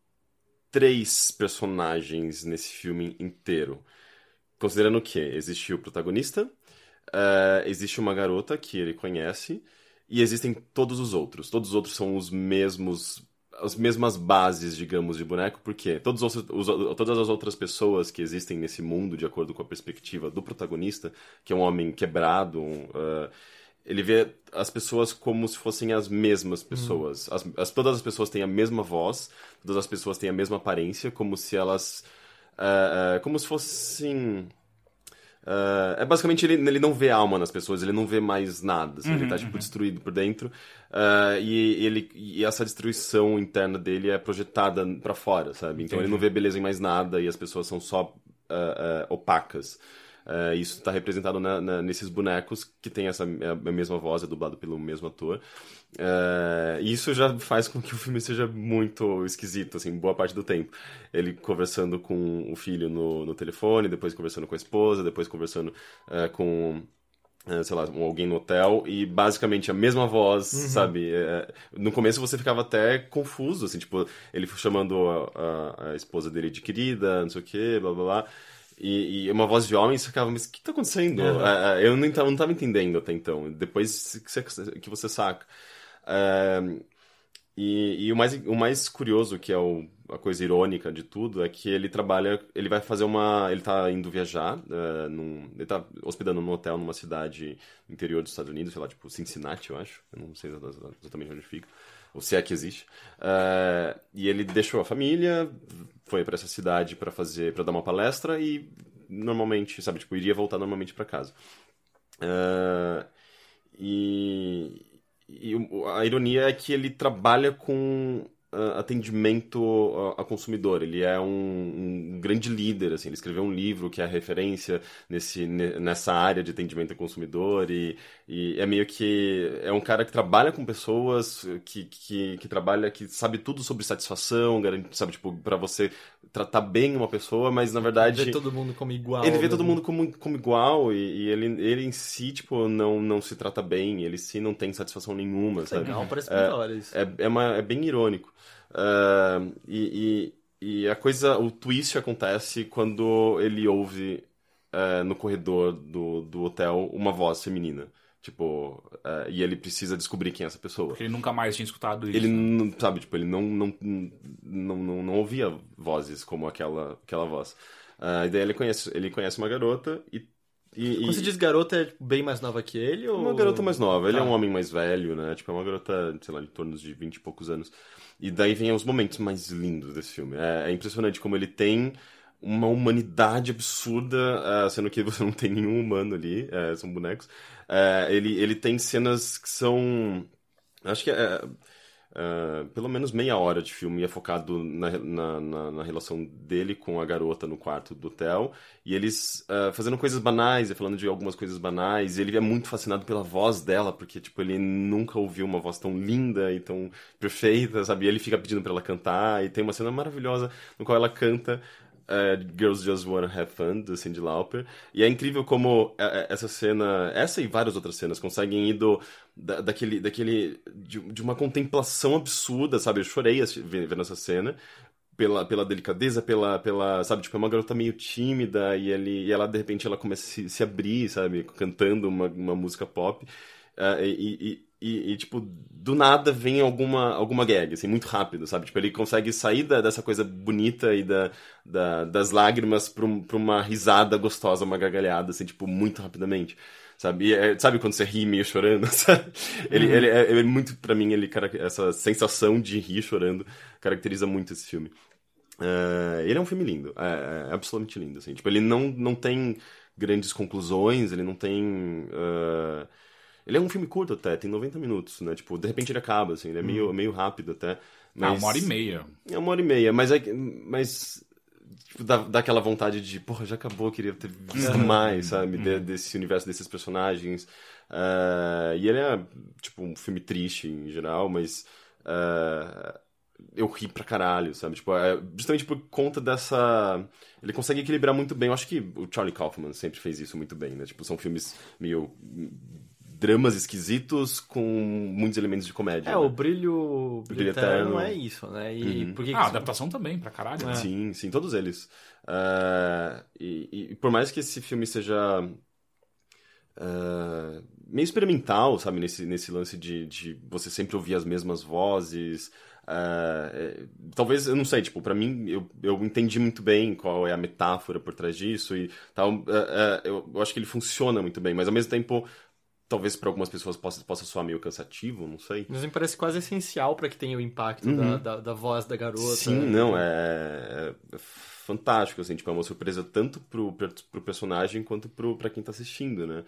três personagens nesse filme inteiro. Considerando que existe o protagonista, uh, existe uma garota que ele conhece, e existem todos os outros. Todos os outros são os mesmos... as mesmas bases, digamos, de boneco, porque todos os, os, todas as outras pessoas que existem nesse mundo, de acordo com a perspectiva do protagonista, que é um homem quebrado... Um, uh, ele vê as pessoas como se fossem as mesmas pessoas. Uhum. As, as, todas as pessoas têm a mesma voz, todas as pessoas têm a mesma aparência, como se elas... Uh, uh, como se fossem... Uh, é basicamente, ele, ele não vê alma nas pessoas, ele não vê mais nada. Assim, uhum, ele tá, tipo, uhum. destruído por dentro. Uh, e, ele, e essa destruição interna dele é projetada pra fora, sabe? Então Entendi. Ele não vê beleza em mais nada e as pessoas são só uh, uh, opacas. Uh, isso está representado na, na, nesses bonecos que tem essa a mesma voz, é dublado pelo mesmo ator. Uh, e isso já faz com que o filme seja muito esquisito, assim, boa parte do tempo. Ele conversando com o filho no, no telefone, depois conversando com a esposa, depois conversando uh, com... Uh, sei lá, alguém no hotel, e basicamente a mesma voz, uhum. sabe? Uh, no começo você ficava até confuso, assim, tipo, ele chamando a, a, a esposa dele de querida, não sei o que, blá blá blá. E, e uma voz de homem, você ficava, mas o que tá acontecendo? Uhum. Uh, eu não tava, não tava entendendo até então. Depois que você, que você saca. Uh, e e o, mais, o mais curioso, que é o, a coisa irônica de tudo, é que ele trabalha... Ele vai fazer uma... Ele tá indo viajar. Uh, num, ele tá hospedando num hotel numa cidade no interior dos Estados Unidos, sei lá, tipo Cincinnati, eu acho. Eu não sei exatamente onde fica. Ou se é que existe. Uh, e ele deixou a família, foi para essa cidade para fazer, para dar uma palestra e normalmente, sabe, tipo, iria voltar normalmente para casa. Uh, e, e a ironia é que ele trabalha com uh, atendimento a, a consumidor. Ele é um, um grande líder, assim. Ele escreveu um livro que é a referência nesse, nessa área de atendimento ao consumidor e, e é meio que... É um cara que trabalha com pessoas, que, que, que trabalha, que sabe tudo sobre satisfação, garante, sabe, tipo, pra você tratar bem uma pessoa, mas na verdade... Vê todo mundo como igual. Ele vê mesmo. todo mundo como, como igual e, e ele, ele em si, tipo, não, não se trata bem, ele em si não tem satisfação nenhuma, sabe? Legal, parece melhor isso. É, é, uma, é bem irônico. Uh, e, e, e a coisa, o twist acontece quando ele ouve uh, no corredor do, do hotel uma voz feminina. Tipo, uh, e ele precisa descobrir quem é essa pessoa. Porque ele nunca mais tinha escutado isso. Ele não, sabe, tipo, ele não, não, não, não, não ouvia vozes como aquela, aquela voz. Uh, e daí ele conhece, ele conhece uma garota e... e Quando você diz garota, é bem mais nova que ele? Ou... Uma garota mais nova. Ele tá. é um homem mais velho, né? Tipo, é uma garota, sei lá, em torno de vinte e poucos anos. E daí vem os momentos mais lindos desse filme. É, é impressionante como ele tem uma humanidade absurda, uh, sendo que você não tem nenhum humano ali, uh, são bonecos. Uh, ele, ele tem cenas que são... Acho que é... Uh, pelo menos meia hora de filme é focado na, na, na, na relação dele com a garota no quarto do hotel, e eles uh, fazendo coisas banais, falando de algumas coisas banais, e ele é muito fascinado pela voz dela, porque tipo, ele nunca ouviu uma voz tão linda e tão perfeita, sabe? E ele fica pedindo pra ela cantar, e tem uma cena maravilhosa no qual ela canta é, Girls Just Wanna Have Fun, do Cyndi Lauper. E é incrível como essa cena, essa e várias outras cenas, conseguem ir do, da, daquele, daquele de, de uma contemplação absurda, sabe? Eu chorei vendo essa cena. Pela, pela delicadeza, pela, pela, sabe, tipo, é uma garota meio tímida e, ele, e ela, de repente, ela começa a se, se abrir, sabe, cantando uma, uma música pop uh, e, e, e, e, tipo, do nada vem alguma, alguma gag, assim, muito rápido, sabe, tipo, ele consegue sair da, dessa coisa bonita e da, da, das lágrimas pra, um, pra uma risada gostosa, uma gargalhada, assim, tipo, muito rapidamente. Sabe? E é, sabe quando você ri meio chorando? Sabe? Ele, uhum. ele, é, ele muito, pra mim, ele, essa sensação de rir chorando caracteriza muito esse filme. Uh, ele é um filme lindo, é, é absolutamente lindo, assim. Tipo, ele não, não tem grandes conclusões, ele não tem... Uh... Ele é um filme curto até, tem noventa minutos, né? Tipo, de repente ele acaba, assim, ele é meio, hum. meio rápido até. Mas... Ah, uma hora e meia. É uma hora e meia, mas... É... mas... Tipo, dá, dá aquela vontade de, porra, já acabou, eu queria ter visto mais, sabe? De, desse universo, desses personagens. Uh, e ele é, tipo, um filme triste em geral, mas uh, eu ri pra caralho, sabe? Tipo, é, justamente por conta dessa... Ele consegue equilibrar muito bem. Eu acho que o Charlie Kaufman sempre fez isso muito bem, né? Tipo, são filmes meio... dramas esquisitos com muitos elementos de comédia. É, né? o Brilho, o Brilho Eterno Eterno é isso, né? E uhum. por que ah, a que adaptação também, pra caralho. É. Né? Sim, sim, todos eles. Uh, e, e por mais que esse filme seja uh, meio experimental, sabe? Nesse, nesse lance de, de você sempre ouvir as mesmas vozes... Uh, é, talvez, eu não sei, tipo, pra mim, eu, eu entendi muito bem qual é a metáfora por trás disso e tal. Uh, uh, eu, eu acho que ele funciona muito bem, mas ao mesmo tempo... Talvez para algumas pessoas possa, possa soar meio cansativo, não sei. Mas me parece quase essencial para que tenha o impacto uhum. da, da, da voz da garota. Sim, não, é, é fantástico, assim, tipo, é uma surpresa tanto pro, pro personagem quanto pro, pra quem tá assistindo, né?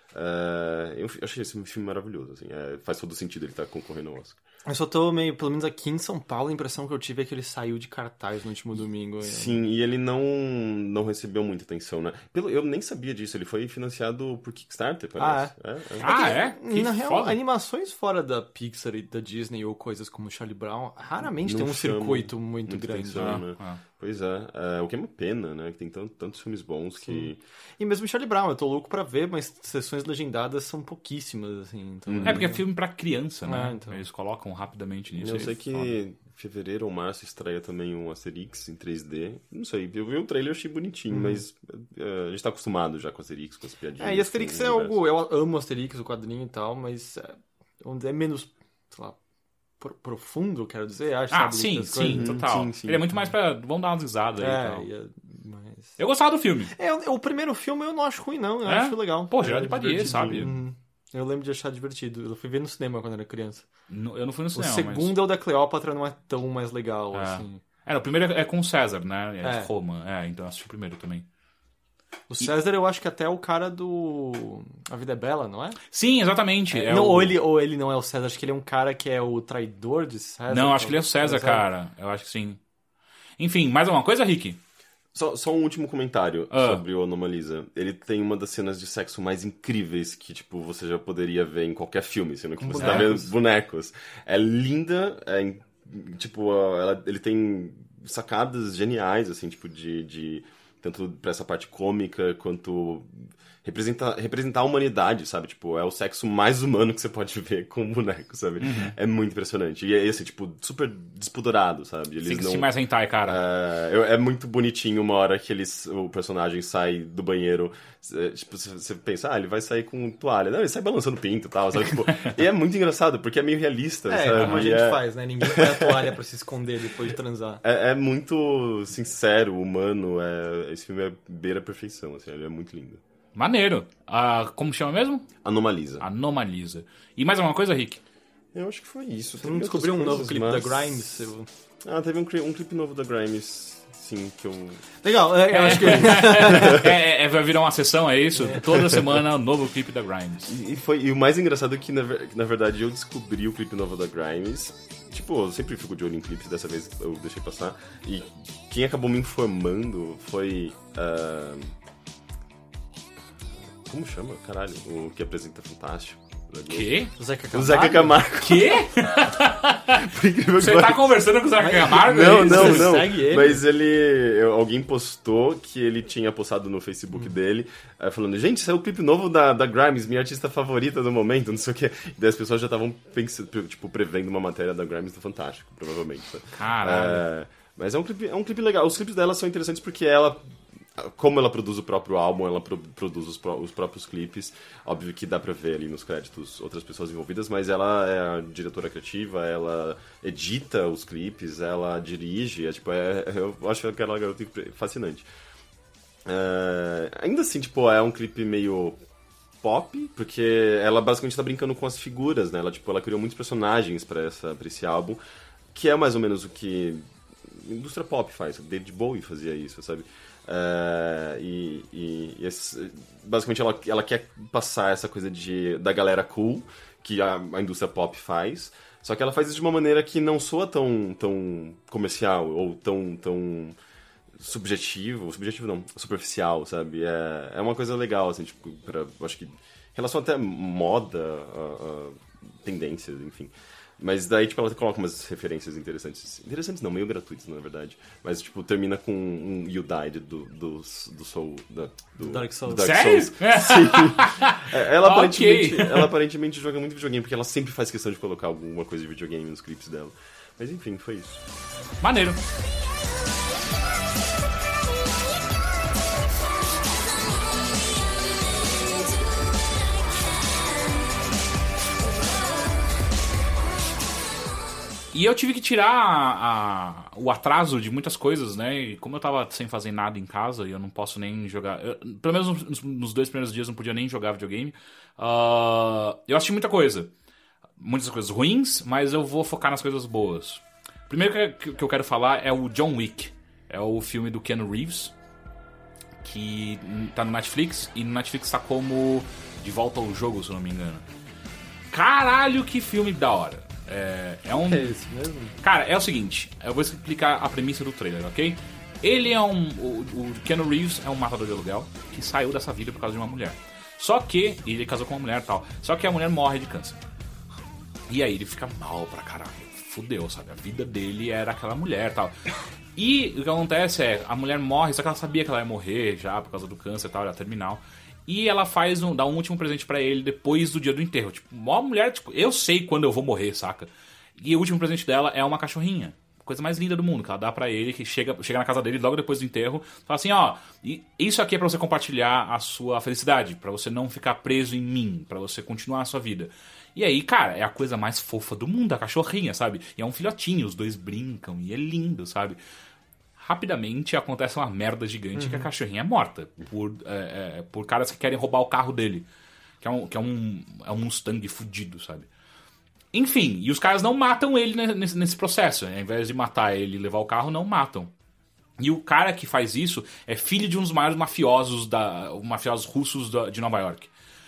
Uh, eu achei esse filme maravilhoso, assim, é, faz todo sentido ele estar tá concorrendo ao Oscar. Eu só tô meio, pelo menos aqui em São Paulo, a impressão que eu tive é que ele saiu de cartaz no último domingo. Sim, e ele não, não recebeu muita atenção, né? Pelo, eu nem sabia disso, ele foi financiado por Kickstarter, parece. Ah, é? é, é. Ah, é? Que na real, foda. Animações fora da Pixar e da Disney ou coisas como Charlie Brown, raramente não tem um circuito muito, muito grande. Atenção, né? né? Ah. Pois é, é, o que é uma pena, né? Que tem tanto, tantos filmes bons Sim. que... E mesmo Charlie Brown, eu tô louco pra ver, mas sessões legendadas são pouquíssimas, assim. Então... É porque é filme pra criança, né? É, então. Eles colocam rapidamente nisso. Eu sei que em fevereiro ou março estreia também um Asterix em três D. Não sei, eu vi o trailer e achei bonitinho, uhum. mas uh, a gente tá acostumado já com Asterix, com as piadinhas. É, e Asterix é algo... Eu amo Asterix, o quadrinho e tal, mas é, onde é menos, sei lá, profundo, quero dizer, acho. Ah, sabe, sim, sim, coisas. total. Sim, sim. Ele é muito mais pra... Vamos dar umas risadas aí é, e tal. É, mas... Eu gostava do filme. É, o primeiro filme eu não acho ruim, não. Eu é? acho legal. Pô, já é, de Padier, sabe? Uhum. Eu lembro de achar divertido. Eu fui ver no cinema quando era criança. No, eu não fui no cinema, O segundo mas... é o da Cleópatra, não é tão mais legal, é. assim. É, o primeiro é com o César, né? É, É. de Roma. É, então eu assisti o primeiro também. O César, eu acho que até é o cara do A Vida é Bela, não é? Sim, exatamente. É, é não, o... ou, ele, ou ele não é o César, acho que ele é um cara que é o traidor de César. Não, acho que ele é o César, cara. Eu acho que sim. Enfim, mais alguma coisa, Rick? Só, só um último comentário ah. sobre o Anomalisa. Ele tem uma das cenas de sexo mais incríveis que, tipo, você já poderia ver em qualquer filme, sendo que Com você bonecos. tá vendo bonecos. É linda, é, tipo, ela, ele tem sacadas geniais, assim, tipo, de... de tanto pra essa parte cômica, quanto representar, representar a humanidade, sabe? Tipo, é o sexo mais humano que você pode ver com um boneco, sabe? Uhum. É muito impressionante. E é esse, tipo, super despudorado, sabe? Eles Sim, não... se mais hentai, cara. É, é muito bonitinho uma hora que eles, o personagem sai do banheiro. É, tipo, você pensa, ah, ele vai sair com toalha. Não, ele sai balançando pinto e tal, sabe? Tipo, e é muito engraçado, porque é meio realista, é, sabe? como a E gente é... faz, né? Ninguém põe a toalha pra se esconder depois de transar. É, é muito sincero, humano. É... Esse filme é beira a perfeição, assim, ele é muito lindo. Maneiro. Ah, como chama mesmo? Anomalisa. Anomalisa. E mais alguma coisa, Rick? Eu acho que foi isso. Você não descobriu um novo clipe mas... da Grimes? Eu... Ah, teve um, um clipe novo da Grimes, sim, que eu... Legal, é, eu acho que... é, é, vai virar uma sessão, é isso? É. Toda semana, um novo clipe da Grimes. E, e, foi, e o mais engraçado é que, na, na verdade, eu descobri o clipe novo da Grimes. Tipo, eu sempre fico de olho em clipes, dessa vez eu deixei passar. E quem acabou me informando foi... Uh... Como chama? Caralho, o que apresenta Fantástico. pra Globo. Quê? O Zeca O Camargo? Zeca Camargo. Quê? Por incrível que Você tá pareça. conversando com o Zeca Camargo? Não, é isso? não, Você não. segue ele? Mas ele. eu- Alguém postou que ele tinha postado no Facebook dele, eh, falando: gente, saiu o clipe novo da, da Grimes, minha artista favorita do momento, não sei o quê. E daí as pessoas já estavam pensando, tipo, prevendo uma matéria da Grimes do Fantástico, provavelmente. Tá? Caralho. É, mas é um, clipe, é um clipe legal. Os clipes dela são interessantes porque ela. Como ela produz o próprio álbum, ela pro- produz os, pró- os próprios clipes. Óbvio que dá pra ver ali nos créditos outras pessoas envolvidas, mas ela é a diretora criativa, ela edita os clipes, ela dirige. É, tipo, é, eu acho aquela garota fascinante. É, ainda assim, tipo, é um clipe meio pop, porque ela basicamente tá brincando com as figuras, né? Ela, tipo, ela criou muitos personagens pra, essa, pra esse álbum, que é mais ou menos o que a indústria pop faz. O David Bowie fazia isso, sabe? É, e, e- e esse- basicamente ela, ela quer passar essa coisa de, da galera cool que a, a indústria pop faz, só que ela faz isso de uma maneira que não soa tão, tão comercial ou tão, tão subjetivo, subjetivo não, superficial, sabe? É, é uma coisa legal, assim, tipo, pra, eu acho que em relação até à moda, a, a tendências, enfim. Mas daí, tipo, ela coloca umas referências interessantes. Interessantes não, meio gratuitas, na verdade. Mas, tipo, termina com um You Died do, do, do Soul... Da, do, Dark Souls. do Dark Sério? Souls. Sim. É, ela, aparentemente, Ok. ela aparentemente joga muito videogame, porque ela sempre faz questão de colocar alguma coisa de videogame nos clipes dela. Mas, enfim, foi isso. Maneiro. E eu tive que tirar a- a- o atraso de muitas coisas, né? E como eu tava sem fazer nada em casa e eu não posso nem jogar. eu- pelo menos nos, nos dois primeiros dias eu não podia nem jogar videogame. ah, eu assisti muita coisa. Muitas coisas ruins, mas eu vou focar nas coisas boas. Primeiro que, que eu quero falar é o John Wick. É o filme do Keanu Reeves, que tá no Netflix, e no Netflix tá como De Volta ao Jogo, se eu não me engano. Caralho, que filme da hora. É, é um... É isso mesmo? Cara, é o seguinte, eu vou explicar a premissa do trailer, ok? Ele é um... O, o Keanu Reeves é um matador de aluguel que saiu dessa vida por causa de uma mulher. Só que... E ele casou com uma mulher e tal. Só que a mulher morre de câncer. E aí ele fica mal pra caralho. Fudeu, sabe? A vida dele era aquela mulher e tal. E o que acontece é, a mulher morre, só que ela sabia que ela ia morrer já por causa do câncer e tal, era terminal. E ela faz um, dá um último presente pra ele depois do dia do enterro. Tipo, uma mulher, tipo, eu sei quando eu vou morrer, saca? E o último presente dela é uma cachorrinha. Coisa mais linda do mundo, que ela dá pra ele, que chega, chega na casa dele logo depois do enterro. Fala assim, ó, e isso aqui é pra você compartilhar a sua felicidade, pra você não ficar preso em mim, pra você continuar a sua vida. E aí, cara, é a coisa mais fofa do mundo, a cachorrinha, sabe? E é um filhotinho, os dois brincam, e é lindo, sabe? Rapidamente acontece uma merda gigante, que a cachorrinha é morta por, é, é, por caras que querem roubar o carro dele. Que é um, que é um, é um Mustang fudido, sabe? Enfim, e os caras não matam ele nesse, nesse processo. Ao invés de matar ele e levar o carro, não matam. E o cara que faz isso é filho de um dos maiores mafiosos, da, mafiosos russos da, de Nova York.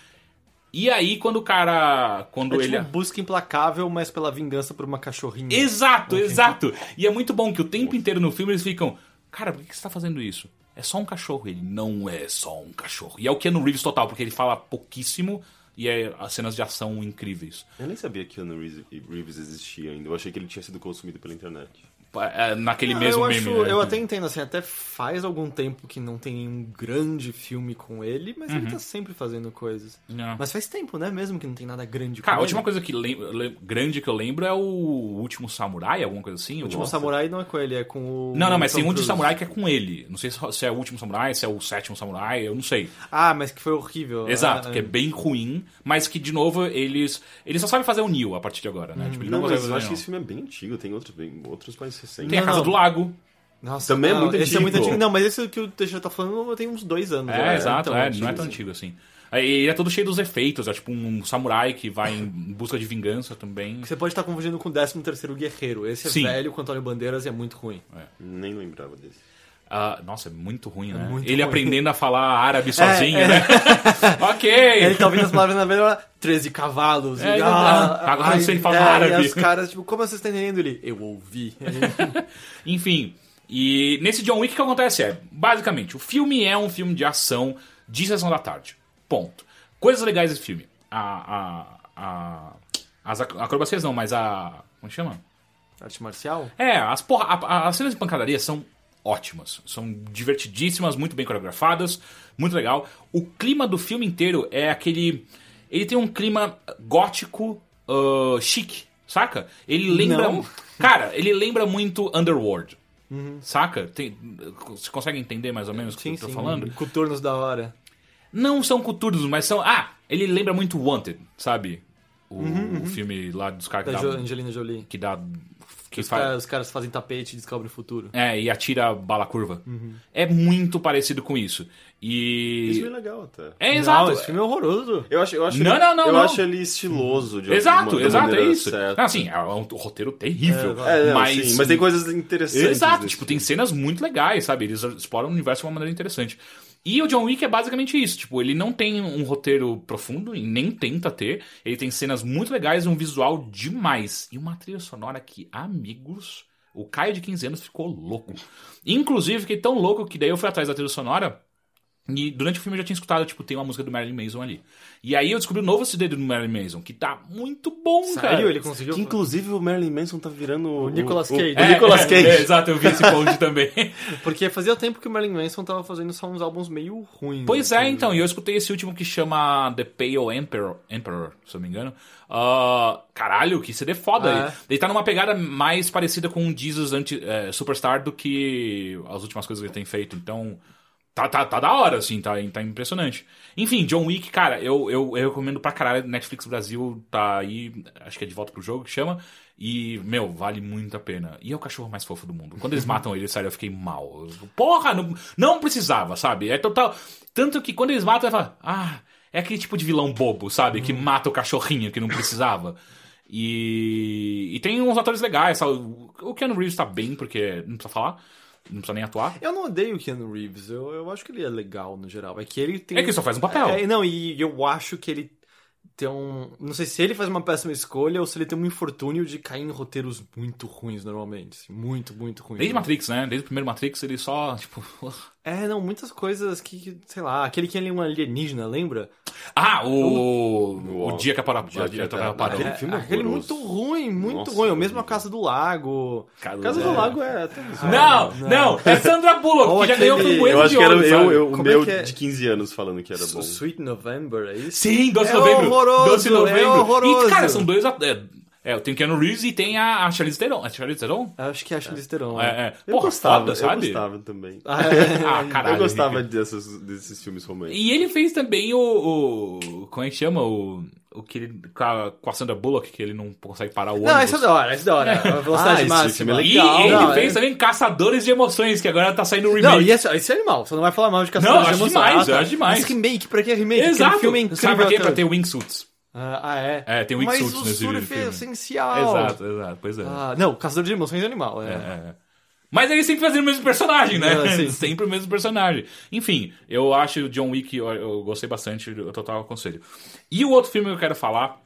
E aí, quando o cara... Quando É ele... tipo busca implacável, mas pela vingança por uma cachorrinha. Exato, exato. E é muito bom que o tempo inteiro no filme eles ficam... Cara, por que você tá fazendo isso? É só um cachorro. Ele não é só um cachorro. E é o Keanu Reeves total, porque ele fala pouquíssimo e é as cenas de ação incríveis. Eu nem sabia que o Keanu Reeves existia ainda. Eu achei que ele tinha sido consumido pela internet. É, naquele Ah, mesmo eu meme. acho, né? eu até entendo, assim, até faz algum tempo que não tem nenhum grande filme com ele, mas ele tá sempre fazendo coisas. Não. Mas faz tempo, né, mesmo que não tem nada grande Cara, a com última ele. coisa que lem- lem- grande que eu lembro é o Último Samurai, alguma coisa assim. O Último Nossa. Samurai não é com ele, é com o... Não, não, mas Tom tem um Último Cruise. Samurai que é com ele. Não sei se se é o Último Samurai, se é o Sétimo Samurai, eu não sei. Ah, mas que foi horrível. Exato, Ah, que é bem ruim, mas que, de novo, eles... Eles só sabem fazer o Neo a partir de agora, né? Tipo, ele Não, não, mas consegue eu fazer acho que Neo. esse filme é bem antigo. Tem outros, bem, outros mais recentes. Tem a Não, Casa não. do Lago. Nossa, Também é não, muito esse é muito antigo. antigo. Não, mas esse que o Teixeira tá falando tem uns dois anos. É, né? exato, Então, é, antigo, não é tão assim. antigo assim. Aí ele é todo cheio dos efeitos, é tipo um samurai que vai em busca de vingança também. Você pode estar confundindo com o décimo terceiro Guerreiro. Esse é Sim. velho com Antônio Bandeiras e é muito ruim. Nem lembrava desse. Ah, nossa, é muito ruim, né? muito ele ruim. aprendendo a falar árabe sozinho, é. né? Ok! Ele tá ouvindo as palavras na velha, treze cavalos. É, e, ah, agora eu sei falar é, árabe. E os caras, tipo, como vocês estão entendendo ele? Eu ouvi. Enfim, e nesse John Wick o que acontece é, basicamente, o filme é um filme de ação de sessão da tarde. Ponto. Coisas legais desse filme. A, a, a as ac- acrobacias não, mas a... Como chama? Arte marcial? É, as, porra, a- a- as cenas de pancadaria são ótimas. São divertidíssimas, muito bem coreografadas, muito legal. O clima do filme inteiro é aquele... Ele tem um clima gótico uh, chique, saca? Ele lembra... Não. Cara, ele lembra muito Underworld. Saca? Tem, você consegue entender mais ou menos o que eu tô falando? Coturnos da hora. Não são coturnos, mas são... Ah, ele lembra muito Wanted, sabe? O, o filme lá dos caras que Da dá... Jo- Angelina Jolie. Que dá... Que Os, faz... caras, os caras fazem tapete e descobrem o futuro. É, e atira bala curva. É muito parecido com isso. E... Isso é legal até. É, Não, exato. esse filme é horroroso. Eu acho, eu acho Não, ele, não, não, Eu não. acho ele estiloso de Exato, alguma- da exato, é maneira isso. certa. Não, assim, é um roteiro terrível. É, não, mas... sim, mas tem coisas interessantes. Exato, nesse tipo, tem cenas muito legais, sabe? Eles exploram o universo de uma maneira interessante. E o John Wick é basicamente isso. Tipo, ele não tem um roteiro profundo e nem tenta ter. Ele tem cenas muito legais e um visual demais. E uma trilha sonora que, amigos, o Caio de quinze anos ficou louco. Inclusive, fiquei tão louco que daí eu fui atrás da trilha sonora. E durante o filme eu já tinha escutado, tipo, tem uma música do Marilyn Manson ali. E aí eu descobri o novo C D do Marilyn Manson, que tá muito bom, cara. Sério? Ele conseguiu... Que inclusive o Marilyn Manson tá virando o Nicolas o- Cage. O, Nicolas Cage. É, é, exato, eu vi esse post também. Porque fazia tempo que o Marilyn Manson tava fazendo só uns álbuns meio ruins. Pois é, assim. então, e eu escutei esse último que chama The Pale Emperor, Emperor se eu não me engano. Ah, caralho, que C D foda. Ah, ele. é? Ele tá numa pegada mais parecida com o Jesus anti, é, Superstar do que as últimas coisas que ele tem feito. Então, tá, tá, tá da hora, assim, tá, tá impressionante. Enfim, John Wick, cara, eu, eu, eu recomendo pra caralho. Netflix Brasil tá aí, acho que é De Volta pro Jogo que chama. E, meu, vale muito a pena. E é o cachorro mais fofo do mundo. Quando eles matam ele, sério, eu fiquei mal. Eu, Porra, não, não precisava, sabe? É total. Tanto que quando eles matam, eu falo, ah, é aquele tipo de vilão bobo, sabe? Que mata o cachorrinho que não precisava. E, e tem uns atores legais, sabe? O Keanu Reeves tá bem, porque não precisa falar, não precisa nem atuar. Eu não odeio o Keanu Reeves, eu, eu acho que ele é legal no geral. É que ele tem... É que ele só faz um papel. É, não, e eu acho que ele tem um... Não sei se ele faz uma péssima escolha ou se ele tem um infortúnio de cair em roteiros muito ruins normalmente. Assim, muito, muito ruins. Desde Matrix, né? Desde o primeiro Matrix, ele só, tipo... É, não, muitas coisas que, sei lá, aquele que ele é um alienígena, lembra? Ah, o... O, O- dia que a Pará... Dia que a Terra Terra- parou. Aquele É, filme é aquele horroroso. muito ruim, muito Nossa, ruim. O mesmo a horrível. Casa do Lago. Casa Casa do Lago é até Não, não, é Sandra Bullock, Ou que já aquele- ganhou o Framboesa Eu acho de que era Ouro, eu, sabe? eu, o Como é meu que é? de quinze anos falando que era bom. Sweet November, é isso? Sim, doze de É novembro. horroroso, doze de novembro. é horroroso. E, cara, são dois... at- É, é, tem o Keanu Reeves e tem a, a Charlize Theron. A Charlize Theron? Acho que é a Charlize Theron. É, é. Eu Porra, gostava, foda, eu sabe? gostava também. Ah, é. Ah, caralho. eu gostava Rica. dessas, desses filmes românticos. E ele fez também o, o... Como é que chama? O, o que ele... Com a, com a Sandra Bullock, que ele não consegue parar o ônibus. Não, esse é da hora, esse é da hora. A velocidade Ah, esse máxima. filme é E legal. ele Não, fez é- também Caçadores de Emoções, que agora tá saindo o remake. Não, e esse, esse é animal. Você não vai falar mal de Não, Caçadores eu de acho Emoções. demais, Ah, eu tá. acho demais. Esse remake, pra que remake? Exato. Aquele filme é incrível. Sabe por quê? até Pra hoje. ter wingsuits. Ah, ah, é? É, tem Mas wingsuits o nesse surf é filme. essencial. Exato, exato, pois é. Ah, não, Caçador de Emoções é animal. É. É, é. Mas ele sempre fazendo o mesmo personagem, né? É, sim. Sempre o mesmo personagem. Enfim, eu acho o John Wick, eu, eu gostei bastante, eu total aconselho. E o outro filme que eu quero falar,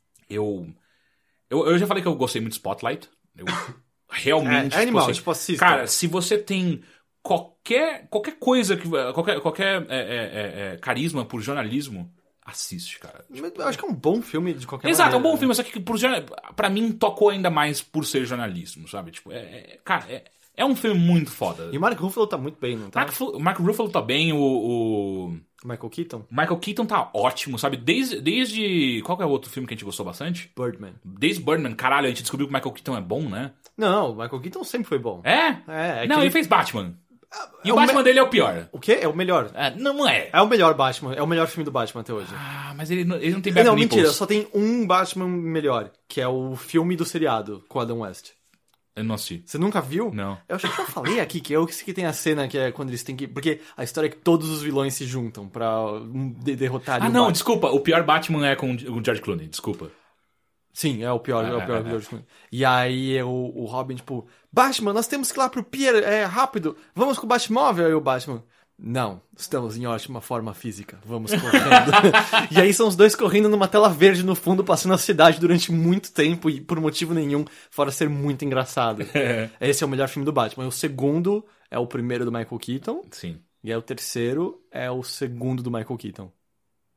eu, eu... Eu já falei que eu gostei muito de Spotlight. Eu realmente... É, é animal, gostei. tipo, assista. Cara, se você tem qualquer, qualquer coisa, que qualquer, qualquer é, é, é, carisma por jornalismo, assiste, cara. Mas eu acho que é um bom filme de qualquer Exato, é um maneira. bom filme, só que por, jorna- pra mim tocou ainda mais por ser jornalismo, sabe? Tipo, é, é- cara, é, é um filme muito foda. E o Mark Ruffalo tá muito bem, não tá? Mark, Fu- Mark Ruffalo tá bem, o, o Michael Keaton? Michael Keaton tá ótimo, sabe? Desde, desde... Qual que é o outro filme que a gente gostou bastante? Birdman. Desde Birdman, caralho, a gente descobriu que o Michael Keaton é bom, né? Não, o Michael Keaton sempre foi bom. É? É, é Não, que ele ele- fez Batman. E é o o Batman me- dele é o pior. O quê? É o melhor. É, não é. É o melhor Batman. É o melhor filme do Batman até hoje. Ah, mas ele, não- ele não tem back Não, nipples. mentira. Só tem um Batman melhor, que é o filme do seriado com o Adam West. Eu não assisti. Você nunca viu? Não. Eu acho que eu falei aqui que é o que tem a cena que é quando eles têm que... Porque a história é que todos os vilões se juntam pra um, de derrotar Ah, o não, Batman. desculpa. O pior Batman é com o George Clooney, desculpa. Sim, é o pior, é, É, o pior é, do é. George Clooney. E aí o, o Robin, tipo, Batman, nós temos que ir lá pro pier, é rápido, vamos com o Batmóvel. Aí o Batman, não, estamos em ótima forma física, vamos correndo. E aí são os dois correndo numa tela verde no fundo, passando a cidade durante muito tempo e por motivo nenhum, fora ser muito engraçado. Esse é o melhor filme do Batman. O segundo é o primeiro do Michael Keaton, Sim. e aí o terceiro é o segundo do Michael Keaton.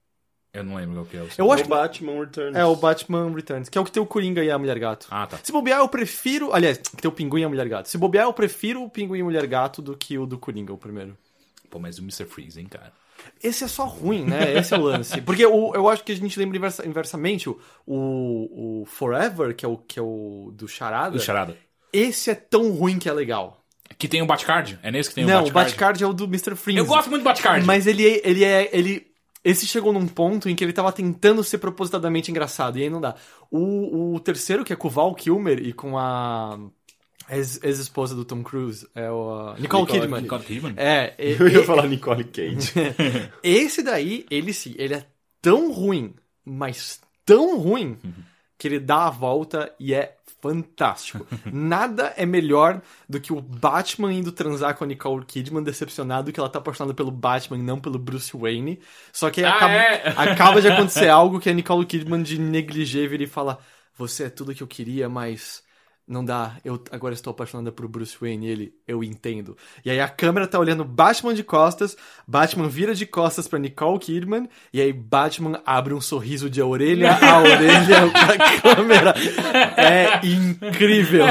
Eu não lembro qual que é o Eu segundo. acho O Batman Returns. É o Batman Returns, que é o que tem o Coringa e a Mulher Gato. Ah, tá. Se bobear, eu prefiro... Aliás, que tem o Pinguim e a Mulher Gato. Se bobear, eu prefiro o Pinguim e a Mulher Gato do que o do Coringa, o primeiro. Pô, mas o mister Freeze, hein, cara? Esse é só ruim, né? Esse é o lance. Porque o, eu acho que a gente lembra inversa, inversamente o, o, o Forever, que é o, que é o do Charada. Do Charada. Esse é tão ruim que é legal. Que tem o Batcard? É nesse que tem Não, o o Batcard? Batcard é o do mister Freeze. Eu gosto muito do Batcard. Mas ele, é- ele é... Ele, esse chegou num ponto em que ele tava tentando ser propositadamente engraçado, e aí não dá. O, o terceiro, que é com o Val Kilmer e com a ex- ex-esposa do Tom Cruise, é o uh, Nicole, Nicole Kidman. Nicole Kidman? É, e- Eu ia e- falar Nicole Cage. esse daí, ele sim, ele é tão ruim, mas tão ruim, que ele dá a volta e é fantástico. Nada é melhor do que o Batman indo transar com a Nicole Kidman, decepcionado que ela tá apaixonada pelo Batman e não pelo Bruce Wayne. Só que aí Ah, acaba, é? acaba de acontecer algo que a Nicole Kidman, de negligê, vira e fala: você é tudo que eu queria, mas não dá, eu agora estou apaixonada por Bruce Wayne. E ele, eu entendo. E aí a câmera tá olhando Batman de costas, Batman vira de costas pra Nicole Kidman, e aí Batman abre um sorriso de orelha a orelha pra câmera. É incrível.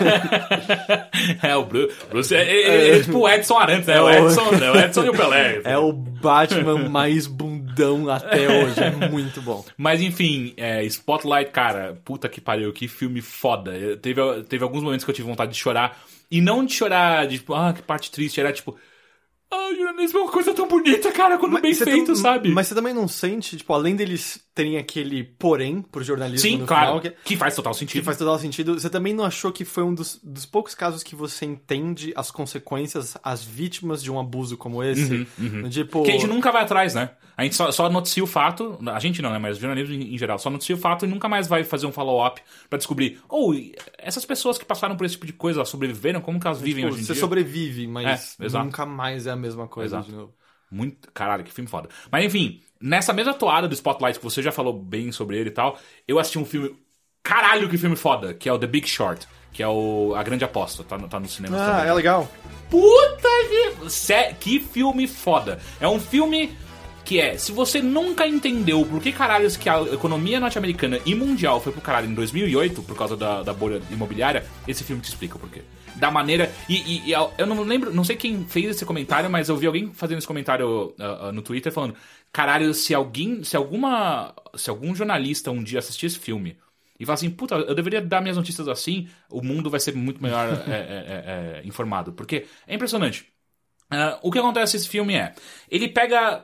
É, o Bruce, Bruce é, é, é, é tipo o Edson Arantes, né? O Edson, é o Edson e o Pelé. É o Batman mais bundão até hoje. É muito bom. Mas enfim, é, Spotlight, cara, puta que pariu, que filme foda. Eu- Teve, teve alguns momentos que eu tive vontade de chorar. E não de chorar, de tipo, ah, que parte triste. Era tipo, ah, jornalismo é uma coisa tão bonita, cara, quando bem você feito, tam- sabe? Mas você também não sente, tipo, além deles terem aquele porém pro jornalismo Sim, no claro, final, que, que faz total sentido. que faz total sentido, você também não achou que foi um dos, dos poucos casos que você entende as consequências, as vítimas de um abuso como esse? No Tipo, Que a gente nunca vai atrás, né? A gente só, só noticia o fato, a gente não, né? Mas o jornalismo em, em geral só noticia o fato e nunca mais vai fazer um follow-up pra descobrir, ou essas pessoas que passaram por esse tipo de coisa, elas sobreviveram, como que elas vivem tipo, hoje em você dia? sobrevive, mas É, exato. nunca mais é a mesma coisa Exato. de novo. Muito. Caralho, que filme foda. Mas enfim, nessa mesma toada do Spotlight, que você já falou bem sobre ele e tal, eu assisti um filme. Caralho, que filme foda! Que é o The Big Short, que é o A Grande Aposta. Tá, no- tá no cinema Ah, também. é legal. Puta que. Sé- Que filme foda! É um filme que é, se você nunca entendeu por que caralhos que a economia norte-americana e mundial foi pro caralho em dois mil e oito, por causa da, da bolha imobiliária, esse filme te explica o porquê. Da maneira. E, e- e eu não lembro, não sei quem fez esse comentário, mas eu vi alguém fazendo esse comentário uh, uh, no Twitter falando: caralho, se alguém. Se alguma. Se algum jornalista um dia assistir esse filme e falar assim, puta, eu deveria dar minhas notícias assim, o mundo vai ser muito melhor é, é, é, é, informado. Porque é impressionante. Uh, o que acontece nesse filme é. Ele pega.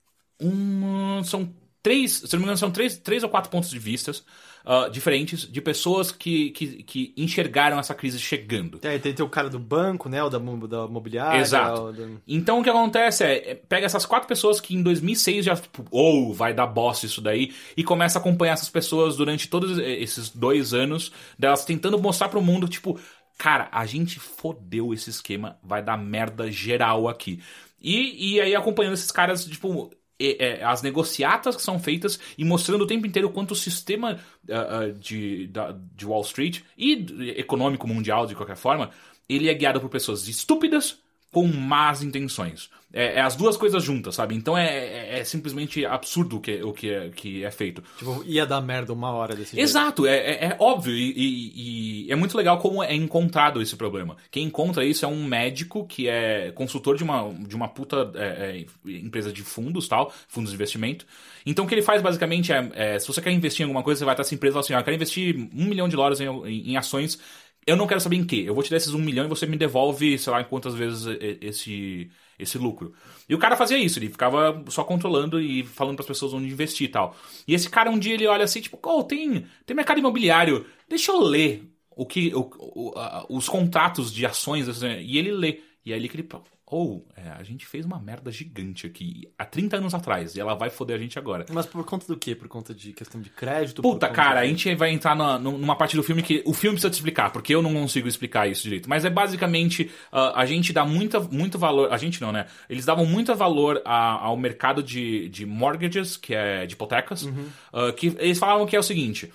Um, são três, se não me engano, são três, três ou quatro pontos de vistas uh, diferentes de pessoas que, que, que enxergaram essa crise chegando. É, tem, tem o cara do banco, né? O da, mo- da mobiliária. Exato. o do- Então o que acontece é, é, pega essas quatro pessoas que em dois mil e seis já, tipo, ou vai dar bosta isso daí, e começa a acompanhar essas pessoas durante todos esses dois anos, delas tentando mostrar pro mundo, tipo, cara, a gente fodeu esse esquema, vai dar merda geral aqui. E, e aí acompanhando esses caras, tipo, e- é, as negociatas que são feitas e mostrando o tempo inteiro o quanto o sistema uh, uh, de, da- de Wall Street e d- econômico mundial, de qualquer forma, ele é guiado por pessoas estúpidas com más intenções. É, é as duas coisas juntas, sabe? Então é, é- é simplesmente absurdo o que, o que, é, que é feito. Tipo, ia dar merda uma hora desse jeito. Exato, é, é- é óbvio e, e- e é muito legal como é encontrado esse problema. Quem encontra isso é um médico que é consultor de uma, de uma puta é, é, empresa de fundos, tal, fundos de investimento. Então o que ele faz basicamente é, é, se você quer investir em alguma coisa, você vai estar essa empresa e fala assim, ah, eu quero investir um milhão de dólares em, em, em ações, eu não quero saber em quê, eu vou te dar esses um milhão e você me devolve, sei lá, em quantas vezes e- esse, esse lucro. E o cara fazia isso, ele ficava só controlando e falando para as pessoas onde investir e tal. E esse cara um dia ele olha assim, tipo, oh, tem, tem mercado imobiliário, deixa eu ler o que, o, o- a- os contratos de ações, assim, e ele lê. E é ali que ele, ou oh, é, a gente fez uma merda gigante aqui há trinta anos atrás e ela vai foder a gente agora. Mas por conta do quê? Por conta de questão de crédito? Puta, por conta cara, a de... gente vai entrar na- numa parte do filme que o filme precisa te explicar, porque eu não consigo explicar isso direito. Mas é basicamente, uh, a gente dá muita, muito valor, a gente não, né? Eles davam muito valor a- ao mercado de, de mortgages, que é de hipotecas, uh, que eles falavam que é o seguinte,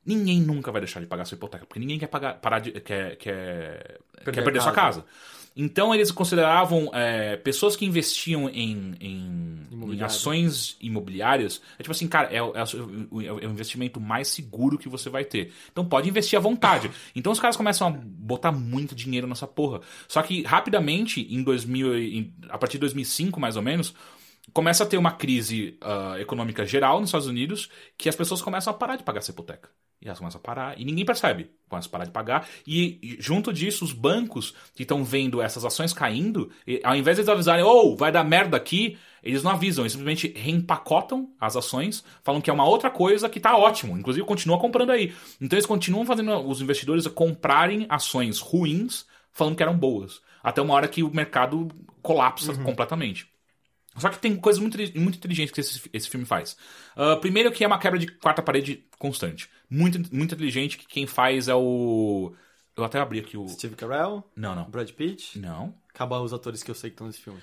ninguém nunca vai deixar de pagar sua hipoteca, porque ninguém quer pagar, parar de, quer, quer, Perder quer perder a sua casa. casa. Então eles consideravam é, pessoas que investiam em, em, em Imobiliário. ações imobiliárias, é tipo assim, cara, é, o- é o é o investimento mais seguro que você vai ter. Então pode investir à vontade. Então os caras começam a botar muito dinheiro nessa porra. Só que rapidamente, em dois mil, em- a partir de dois mil e cinco mais ou menos, começa a ter uma crise ah, econômica geral nos Estados Unidos, que as pessoas começam a parar de pagar essa hipoteca. E elas começam a parar, e ninguém percebe. Começam a parar de pagar. E, e junto disso, os bancos que estão vendo essas ações caindo, e, ao invés de eles avisarem, oh, vai dar merda aqui, eles não avisam, eles simplesmente reempacotam as ações, falam que é uma outra coisa que tá ótimo. Inclusive, continua comprando aí. Então eles continuam fazendo os investidores comprarem ações ruins, falando que eram boas. Até uma hora que o mercado colapsa completamente. Só que tem coisas muito, muito inteligentes que esse, esse filme faz. Uh, primeiro que é uma quebra de quarta parede constante. Muito, muito inteligente, que quem faz é o... Eu até abri aqui o... Steve Carell, Não, não. Brad Pitt. Não. Acaba os atores que eu sei que estão nesse filme.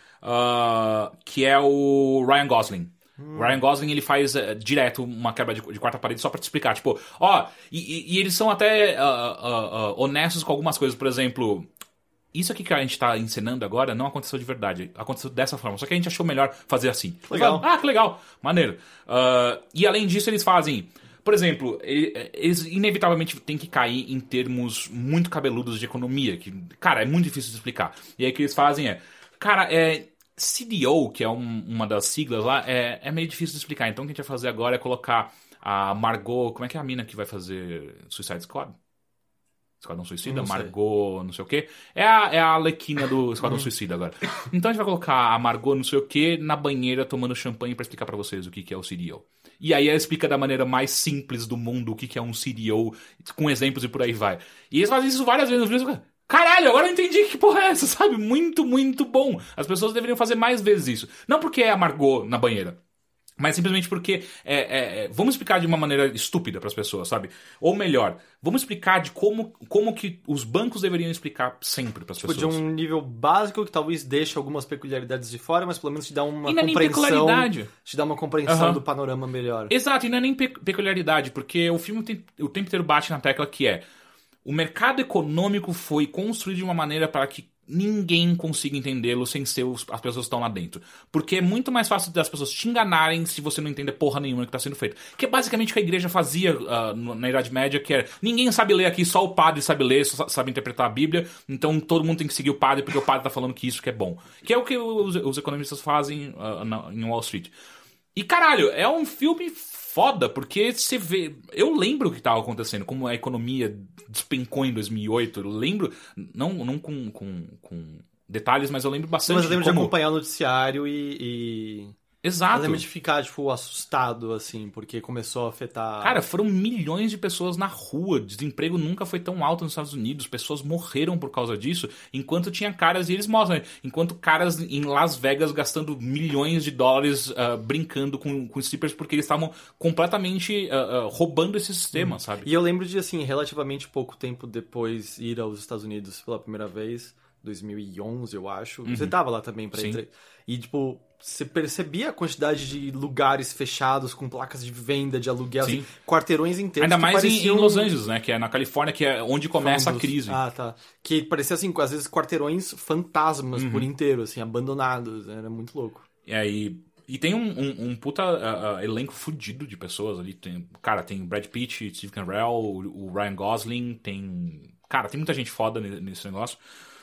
Uh, que é o Ryan Gosling. O Ryan Gosling, ele faz uh, direto uma quebra de, de quarta parede só pra te explicar. Tipo, ó... E, e- e eles são até uh, uh, uh, honestos com algumas coisas. Por exemplo... Isso aqui que a gente tá encenando agora não aconteceu de verdade. Aconteceu dessa forma. Só que a gente achou melhor fazer assim. Legal. Ah, que legal. Maneiro. Uh, e além disso, eles fazem... Por exemplo, e- eles inevitavelmente têm que cair em termos muito cabeludos de economia. Que, cara, é muito difícil de explicar. E aí o que eles fazem é... Cara, é... C D O, que é um- uma das siglas lá, é, é meio difícil de explicar. Então o que a gente vai fazer agora é colocar a Margot... Como é que é a mina que vai fazer Suicide Squad? Esquadrão Suicida, Não sei. Margot, não sei o quê. É a, é a Arlequina do Esquadrão Suicida agora. Então a gente vai colocar a Margot, não sei o quê, na banheira tomando champanhe pra explicar pra vocês o que, que é o C D O. E aí ela explica da maneira mais simples do mundo o que, que é um C D O, com exemplos e por aí vai. E eles fazem isso várias vezes no filme. Caralho, agora eu entendi que porra é essa, sabe? Muito, muito bom. As pessoas deveriam fazer mais vezes isso. Não porque é a Margot na banheira. Mas simplesmente porque é, é, é, vamos explicar de uma maneira estúpida para as pessoas, sabe? Ou melhor, vamos explicar de como, como que os bancos deveriam explicar sempre para as Tipo, pessoas. de um nível básico que talvez deixe algumas peculiaridades de fora, mas pelo menos te dá uma E não é nem compreensão. peculiaridade. Te dá uma compreensão Aham. do panorama melhor. Exato, e não é nem pe- peculiaridade, porque o filme tem, o tempo inteiro bate na tecla que é o mercado econômico foi construído de uma maneira para que ninguém consiga entendê-lo sem ser os- as pessoas que estão lá dentro. Porque é muito mais fácil das pessoas te enganarem se você não entender porra nenhuma do que está sendo feito. Que é basicamente o que a igreja fazia ah, no- na Idade Média, que era ninguém sabe ler aqui, só o padre sabe ler, só sabe interpretar a Bíblia, então todo mundo tem que seguir o padre porque o padre está falando que isso que é bom. Que é o que os, os economistas fazem ah, na- em Wall Street. E caralho, é um filme foda, porque você vê... Eu lembro o que estava acontecendo, como a economia despencou em dois mil e oito. Eu lembro, não, não com, com, com detalhes, mas eu lembro bastante Mas eu lembro de de como... acompanhar o noticiário e. e... Eu Exato. lembro de ficar, tipo, assustado, assim, porque começou a afetar. Cara, foram milhões de pessoas na rua. Desemprego nunca foi tão alto nos Estados Unidos. Pessoas morreram por causa disso. Enquanto tinha caras, e eles mostram, né? Enquanto caras em Las Vegas gastando milhões de dólares ah, brincando com, com strippers porque eles estavam completamente ah, ah, roubando esse sistema, sabe? E eu lembro de, assim, relativamente pouco tempo depois ir aos Estados Unidos pela primeira vez, dois mil e onze, eu acho. Você tava lá também pra Sim. entrar. E, tipo, você percebia a quantidade de lugares fechados com placas de venda, de aluguel, Sim. assim, quarteirões inteiros. Ainda que mais em, em pareciam Los Angeles, né? Que é na Califórnia, que é onde começa fundos. a crise. Ah, tá. Que parecia, assim, às vezes quarteirões fantasmas Uhum. por inteiro, assim, abandonados. Era muito louco. E aí. E tem um, um, um puta uh, uh, elenco fudido de pessoas ali. Tem, cara, tem o Brad Pitt, Steve Carell, o, o Ryan Gosling, tem. Cara, tem muita gente foda nesse, nesse negócio.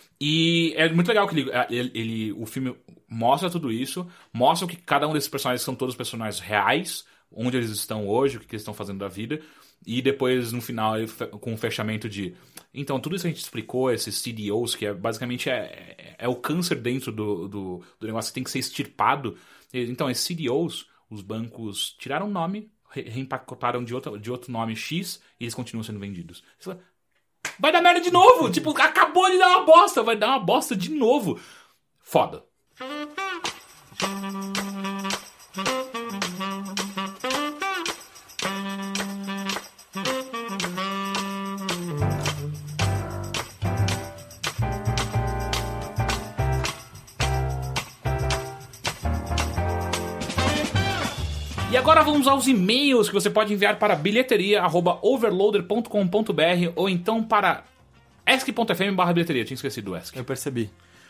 E é muito legal que ele, ele, ele- o filme mostra tudo isso, mostra que cada um desses personagens são todos personagens reais, onde eles estão hoje, o que eles estão fazendo da vida. E depois, no final, ele fe- com o fechamento de... Então, tudo isso que a gente explicou, esses C D Os, que é, basicamente é, é, é o câncer dentro do, do, do negócio que tem que ser extirpado. E, então, esses C D Os, os bancos tiraram o nome, re- reempacotaram de outro, de outro nome X, e eles continuam sendo vendidos. Você fala, vai dar merda de novo! Tipo, acabou de dar uma bosta, vai dar uma bosta de novo. Foda. E agora vamos aos e-mails que você pode enviar para bilheteria arroba overloader ponto com ponto b r ou então para esc ponto f m barra bilheteria. Tinha esquecido do Esc. Eu percebi.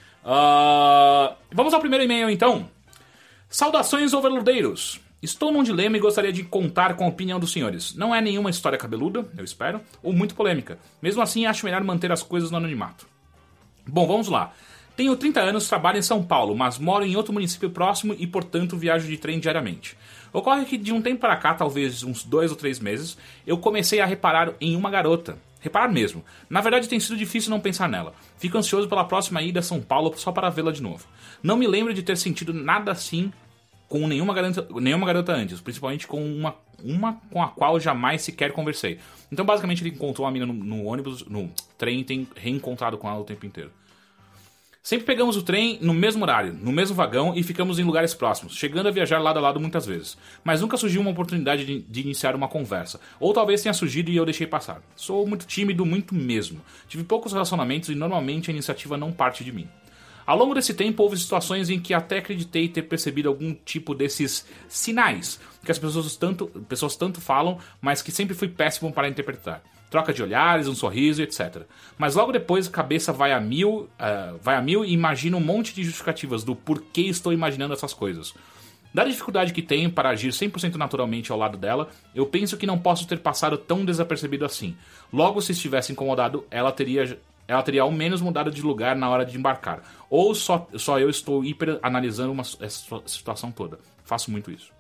Uh, vamos ao primeiro e-mail então. Saudações, overloadeiros. Estou num dilema e gostaria de contar com a opinião dos senhores. Não é nenhuma história cabeluda, eu espero, ou muito polêmica. Mesmo assim, acho melhor manter as coisas no anonimato. Bom, vamos lá. Tenho trinta anos, trabalho em São Paulo, mas moro em outro município próximo e, portanto, viajo de trem diariamente. Ocorre que de um tempo para cá, talvez uns dois ou três meses, eu comecei a reparar em uma garota. Reparar mesmo. Na verdade, tem sido difícil não pensar nela. Fico ansioso pela próxima ida a São Paulo só para vê-la de novo. Não me lembro de ter sentido nada assim com nenhuma garota, nenhuma garota antes, principalmente com uma, uma com a qual jamais sequer conversei. Então, basicamente, ele encontrou a mina no, no ônibus, no trem, e tem reencontrado com ela o tempo inteiro. Sempre pegamos o trem no mesmo horário, no mesmo vagão e ficamos em lugares próximos, chegando a viajar lado a lado muitas vezes. Mas nunca surgiu uma oportunidade de, de iniciar uma conversa. Ou talvez tenha surgido e eu deixei passar. Sou muito tímido, muito mesmo. Tive poucos relacionamentos e normalmente a iniciativa não parte de mim. Ao longo desse tempo houve situações em que até acreditei ter percebido algum tipo desses sinais que as pessoas tanto, pessoas tanto falam, mas que sempre fui péssimo para interpretar. Troca de olhares, um sorriso, etcétera. Mas logo depois a cabeça vai a mil, uh, vai a mil e imagina um monte de justificativas do porquê estou imaginando essas coisas. Dada a dificuldade que tenho para agir cem por cento naturalmente ao lado dela, eu penso que não posso ter passado tão desapercebido assim. Logo, se estivesse incomodado, ela teria, ela teria ao menos mudado de lugar na hora de embarcar. Ou só, só eu estou hiper analisando uma, essa situação toda. Faço muito isso.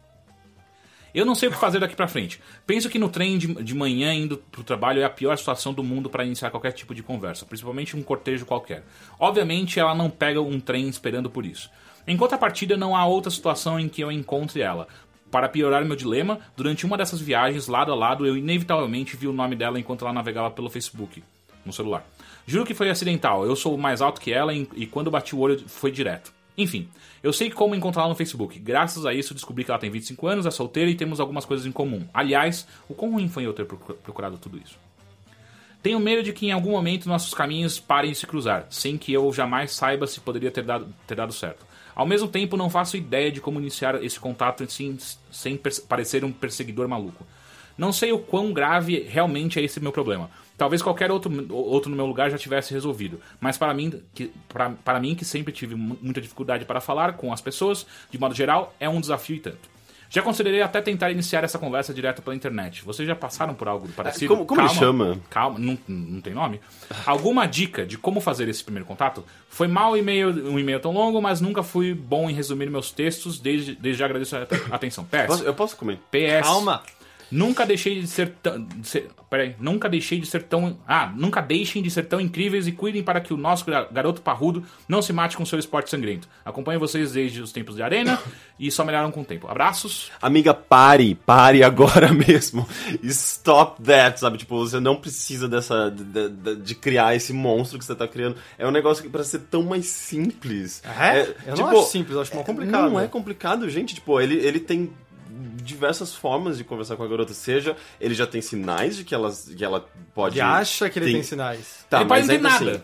Eu não sei o que fazer daqui pra frente. Penso que no trem de, de manhã indo pro trabalho é a pior situação do mundo para iniciar qualquer tipo de conversa, principalmente um cortejo qualquer. Obviamente ela não pega um trem esperando por isso. Em contrapartida, não há outra situação em que eu encontre ela. Para piorar meu dilema, durante uma dessas viagens, lado a lado, eu inevitavelmente vi o nome dela enquanto ela navegava pelo Facebook, no celular. Juro que foi acidental, eu sou mais alto que ela e quando bati o olho foi direto. Enfim, eu sei como encontrá-la no Facebook. Graças a isso descobri que ela tem vinte e cinco anos, é solteira e temos algumas coisas em comum. Aliás, o quão ruim foi eu ter procurado tudo isso. Tenho medo de que em algum momento nossos caminhos parem de se cruzar, sem que eu jamais saiba se poderia ter dado, ter dado certo. Ao mesmo tempo, não faço ideia de como iniciar esse contato sem, sem parecer um perseguidor maluco. Não sei o quão grave realmente é esse meu problema. Talvez qualquer outro, outro no meu lugar já tivesse resolvido. Mas para mim, que, para, para mim, que sempre tive muita dificuldade para falar com as pessoas, de modo geral, é um desafio e tanto. Já considerei até tentar iniciar essa conversa direto pela internet. Vocês já passaram por algo parecido? Como, como calma, ele chama? Calma, não, não tem nome? Alguma dica de como fazer esse primeiro contato? Foi mal e-mail, um e-mail tão longo, mas nunca fui bom em resumir meus textos. Desde, desde já agradeço a atenção. P S. Posso, eu posso comentar? P S. Calma. Nunca deixei de ser tão... Peraí, nunca deixei de ser tão... Ah, nunca deixem de ser tão incríveis e cuidem para que o nosso garoto parrudo não se mate com seu esporte sangrento. Acompanho vocês desde os tempos de arena e só melhoraram com o tempo. Abraços. Amiga, pare, pare agora mesmo. Stop that, sabe? Tipo, você não precisa dessa... De, de, de criar esse monstro que você tá criando. É um negócio que para ser tão mais simples. É? é eu tipo, não acho simples, eu acho mais complicado. Não é complicado, gente. Tipo, ele, ele tem... diversas formas de conversar com a garota, seja ele já tem sinais de que ela, que ela pode... Ele acha que ele tem, tem sinais. Tá, ele mas pode não ter ainda nada. Assim,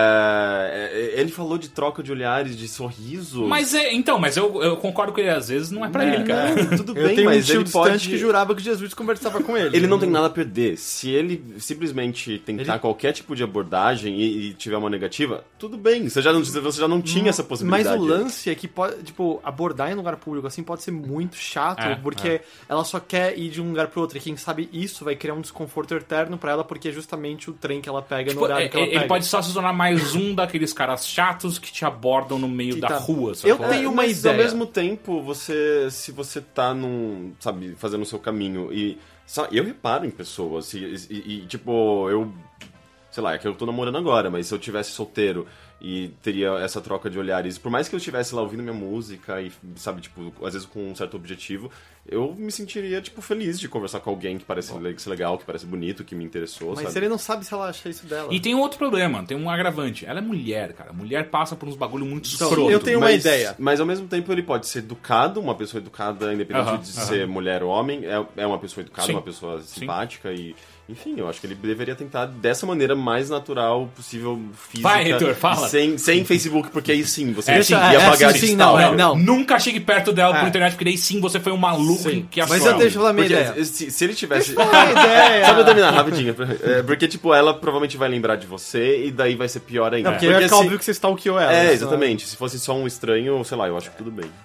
é, ele falou de troca de olhares, de sorriso. Mas é, então, mas eu, eu concordo com ele, às vezes não é pra é, ele, cara. Não, tudo Eu bem, tenho um mas tio ele distante pode... que jurava que Jesus conversava com ele. Ele não tem nada a perder. Se ele simplesmente tentar Ele- qualquer tipo de abordagem e, e tiver uma negativa, tudo bem. Você já não, você já não tinha essa possibilidade. Mas o lance é que pode, tipo, abordar em lugar público assim pode ser muito chato, É, porque é. ela só quer ir de um lugar pro outro. E quem sabe isso vai criar um desconforto eterno pra ela, porque é justamente o trem que ela pega Tipo, no horário é- que ela ele pega. pode só se tornar mais um daqueles caras chatos que te abordam no meio Que da tá- rua, Eu sacou? tenho uma mas ideia. ao mesmo tempo, você, se você tá num, sabe, fazendo o seu caminho e, sabe, eu reparo em pessoas e, e- e, tipo, eu, sei lá, é que eu tô namorando agora, mas se eu tivesse solteiro e teria essa troca de olhares, por mais que eu estivesse lá ouvindo minha música e, sabe, tipo, às vezes com um certo objetivo, eu me sentiria, tipo, feliz de conversar com alguém que parece le- ser legal, que parece bonito, que me interessou, Mas sabe? ele não sabe se ela acha isso dela. E tem um outro problema, tem um agravante. Ela é mulher, cara. Mulher passa por uns bagulho muito Então, escroto. eu tenho uma mas, ideia. Mas ao mesmo tempo ele pode ser educado, uma pessoa educada, independente Aham, de aham. ser mulher ou homem, é, é uma pessoa educada, Sim. uma pessoa simpática e... Enfim, eu acho que ele deveria tentar dessa maneira mais natural possível, física. Vai, Heitor, fala. Sem, sem Facebook, porque aí sim, você É, ia sim, pagar é, de sim, sim, stalker. não, não. Nunca chegue perto dela É. por internet, porque daí sim você foi um maluco que, que Mas absorve. eu deixo eu falar a minha Porque ideia. se, se ele tivesse... Deixa eu falar a ideia. Sabe eu terminar rapidinho? É, porque, tipo, ela provavelmente vai lembrar de você e daí vai ser pior ainda. Não, porque vai ficar se- óbvio que você stalkeou ela. É, né? exatamente. Se fosse só um estranho, sei lá, eu acho que tudo bem.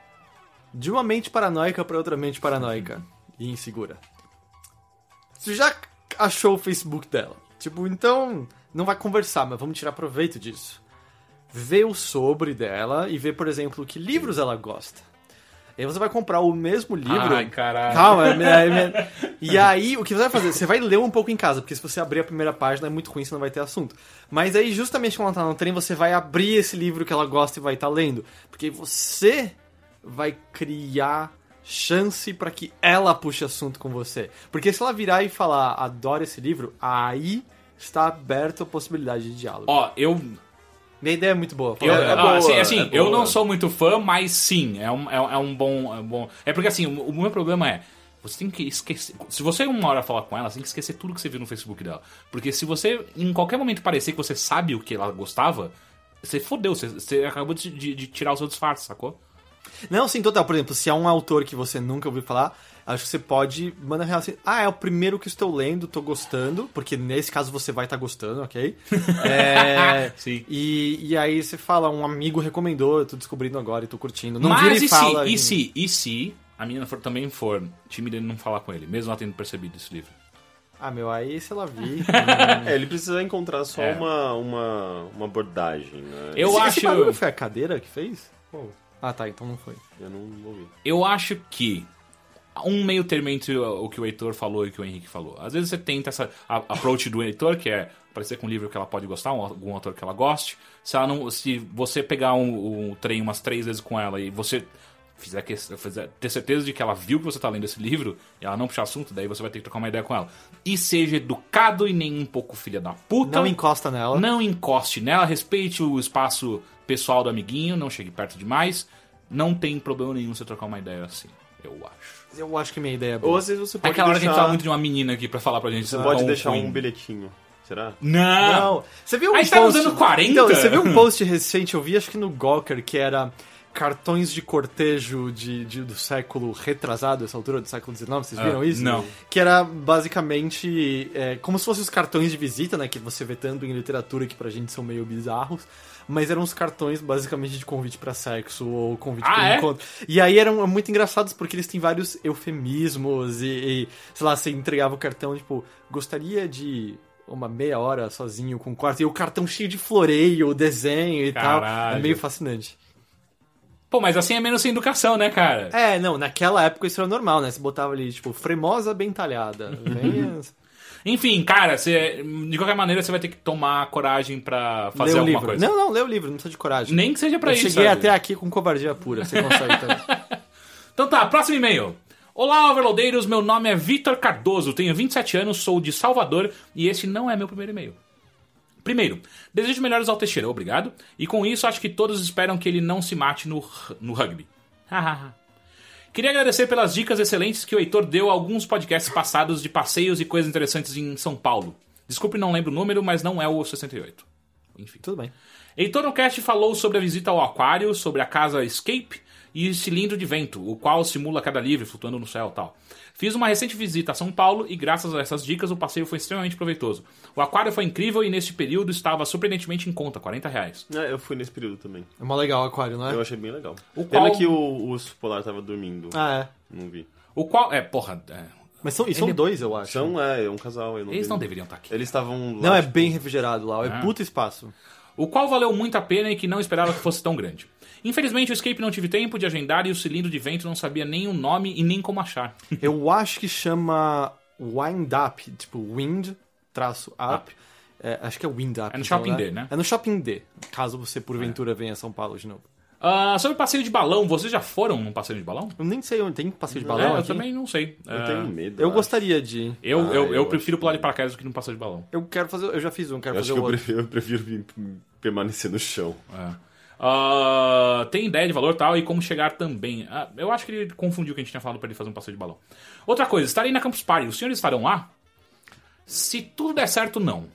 De uma mente paranoica pra outra mente paranoica e insegura. Você já achou o Facebook dela? Tipo, então, não vai conversar, mas vamos tirar proveito disso. Vê o sobre dela e vê, por exemplo, que livros ela gosta. E aí você vai comprar o mesmo livro. Ai, caralho. Calma, é, é, é, e aí o que você vai fazer? Você vai ler um pouco em casa, porque se você abrir a primeira página é muito ruim, você não vai ter assunto. Mas aí, justamente quando ela tá no trem, você vai abrir esse livro que ela gosta e vai estar lendo. Porque você vai criar chance pra que ela puxe assunto com você. Porque se ela virar e falar, adoro esse livro, aí está aberta a possibilidade de diálogo. Ó, eu... Minha ideia é muito boa. Eu, É- é ah, boa, assim, assim, é eu boa. não sou muito fã, mas sim, é um, é, é um bom, é um bom... É porque assim, o, o meu problema é, você tem que esquecer... Se você uma hora falar com ela, você tem que esquecer tudo que você viu no Facebook dela. Porque se você, em qualquer momento, parecer que você sabe o que ela gostava, você fodeu, você, você acabou de, de, de tirar o seu disfarce, sacou? Não, sim, total. Por exemplo, se é um autor que você nunca ouviu falar, acho que você pode mandar real assim, ah, é o primeiro que estou lendo, tô gostando, porque nesse caso você vai estar gostando, ok? É, Sim. E, e aí você fala, um amigo recomendou, eu tô descobrindo agora e tô curtindo. Não Mas vira e e fala... se, e se, e se a menina for, também for tímida e não falar com ele, mesmo ela tendo percebido esse livro? Ah, meu, aí se ela vir... É, ele precisa encontrar só É. uma, uma, uma abordagem, né? Eu esse, acho... Esse barulho foi a cadeira que fez? Ah, tá, então não foi. Eu não ouvi. Eu acho que um meio termo entre o que o Heitor falou e o que o Henrique falou. Às vezes você tenta essa a- approach do Heitor, que é aparecer com um livro que ela pode gostar, um, algum autor que ela goste. Se, ela não, se você pegar um, um trem umas três vezes com ela e você fizer, que, fizer ter certeza de que ela viu que você tá lendo esse livro e ela não puxar assunto, daí você vai ter que trocar uma ideia com ela. E seja educado e nem um pouco filha da puta. Não encosta nela. Não encoste nela, respeite o espaço pessoal do amiguinho, não chegue perto demais. Não tem problema nenhum você trocar uma ideia assim, eu acho. Eu acho que minha ideia é Ou boa. às vezes você É pode aquela hora que a gente deixar... fala muito de uma menina aqui pra falar pra gente. Você ah, pode quão deixar ruim. um bilhetinho. Será? Não! Não. Você viu um A gente tá post... nos anos quarenta? Então, você viu um post recente, eu vi acho que no Gawker, que era cartões de cortejo de, de- do século retrasado, essa altura do século dezenove, vocês viram Ah, isso? não. Que era basicamente é, como se fossem os cartões de visita, né, que você vê tanto em literatura que pra gente são meio bizarros, mas eram os cartões basicamente de convite pra sexo ou convite Ah, pra é? encontro. E aí eram muito engraçados porque eles têm vários eufemismos e, e sei lá, você entregava o cartão, tipo, gostaria de uma meia hora sozinho com o quarto, e o cartão cheio de floreio, desenho e tal. Caralho. É meio fascinante. Pô, mas assim é menos sem educação, né, cara? É, não, naquela época isso era normal, né? Você botava ali, tipo, fremosa bem talhada. Venha... Enfim, cara, você, de qualquer maneira você vai ter que tomar coragem pra fazer Lê o alguma livro. coisa. Não, não, lê o livro, não precisa de coragem. Nem que seja pra Eu isso. cheguei sabe? até aqui com covardia pura, você consegue também. Então tá, próximo e-mail. Olá, overloadeiros, meu nome é Vitor Cardoso, tenho vinte e sete anos, sou de Salvador e esse não é meu primeiro e-mail. Primeiro, desejo melhores ao Teixeira, obrigado. E com isso, acho que todos esperam que ele não se mate no, no rugby. Queria agradecer pelas dicas excelentes que o Heitor deu a alguns podcasts passados de passeios e coisas interessantes em São Paulo. Desculpe, não lembro o número, mas não é o sessenta e oito. Enfim. Tudo bem. Heitor no cast falou sobre a visita ao aquário, sobre a casa Escape e cilindro de vento, o qual simula queda livre flutuando no céu e tal. Fiz uma recente visita a São Paulo e graças a essas dicas o passeio foi extremamente proveitoso. O aquário foi incrível e neste período estava surpreendentemente em conta, quarenta reais. É, eu fui nesse período também. É mó legal o aquário, não é? Eu achei bem legal. O Pena qual- que o, o urso polar tava dormindo. Ah, é. Não vi. O qual... É, porra... é, Mas são, e são Ele- dois, eu acho. São, é, é um casal. Eu não eles vi. não deveriam estar aqui. Eles estavam lá. Não, é tipo, bem refrigerado lá, é Ah. puta espaço. O qual valeu muito a pena e que não esperava que fosse tão grande. Infelizmente o Escape não tive tempo de agendar e o cilindro de vento não sabia nem o nome e nem como achar. Eu acho que chama Wind Up, tipo Wind, traço Up. É, acho que é Wind Up. É no então, Shopping D, né? É no Shopping D, caso você porventura venha a São Paulo de novo. Ah, sobre passeio de balão, vocês já foram num passeio de balão? Eu nem sei onde tem passeio de É, balão eu aqui. também não sei. Eu Ah, tenho medo. Eu acho. gostaria de ir. Eu, Ah, eu, eu, eu prefiro acho pular de que- paraquedas do que num passeio de balão. Eu quero fazer, eu já fiz um, quero Eu acho fazer que o eu outro. prefiro, eu prefiro vir- permanecer no chão. É. Ah, tem ideia de valor tal e como chegar também. Ah, eu acho que ele confundiu o que a gente tinha falado pra ele fazer um passeio de balão. Outra coisa, estarei na Campus Party. Os senhores estarão lá? Se tudo der certo, não.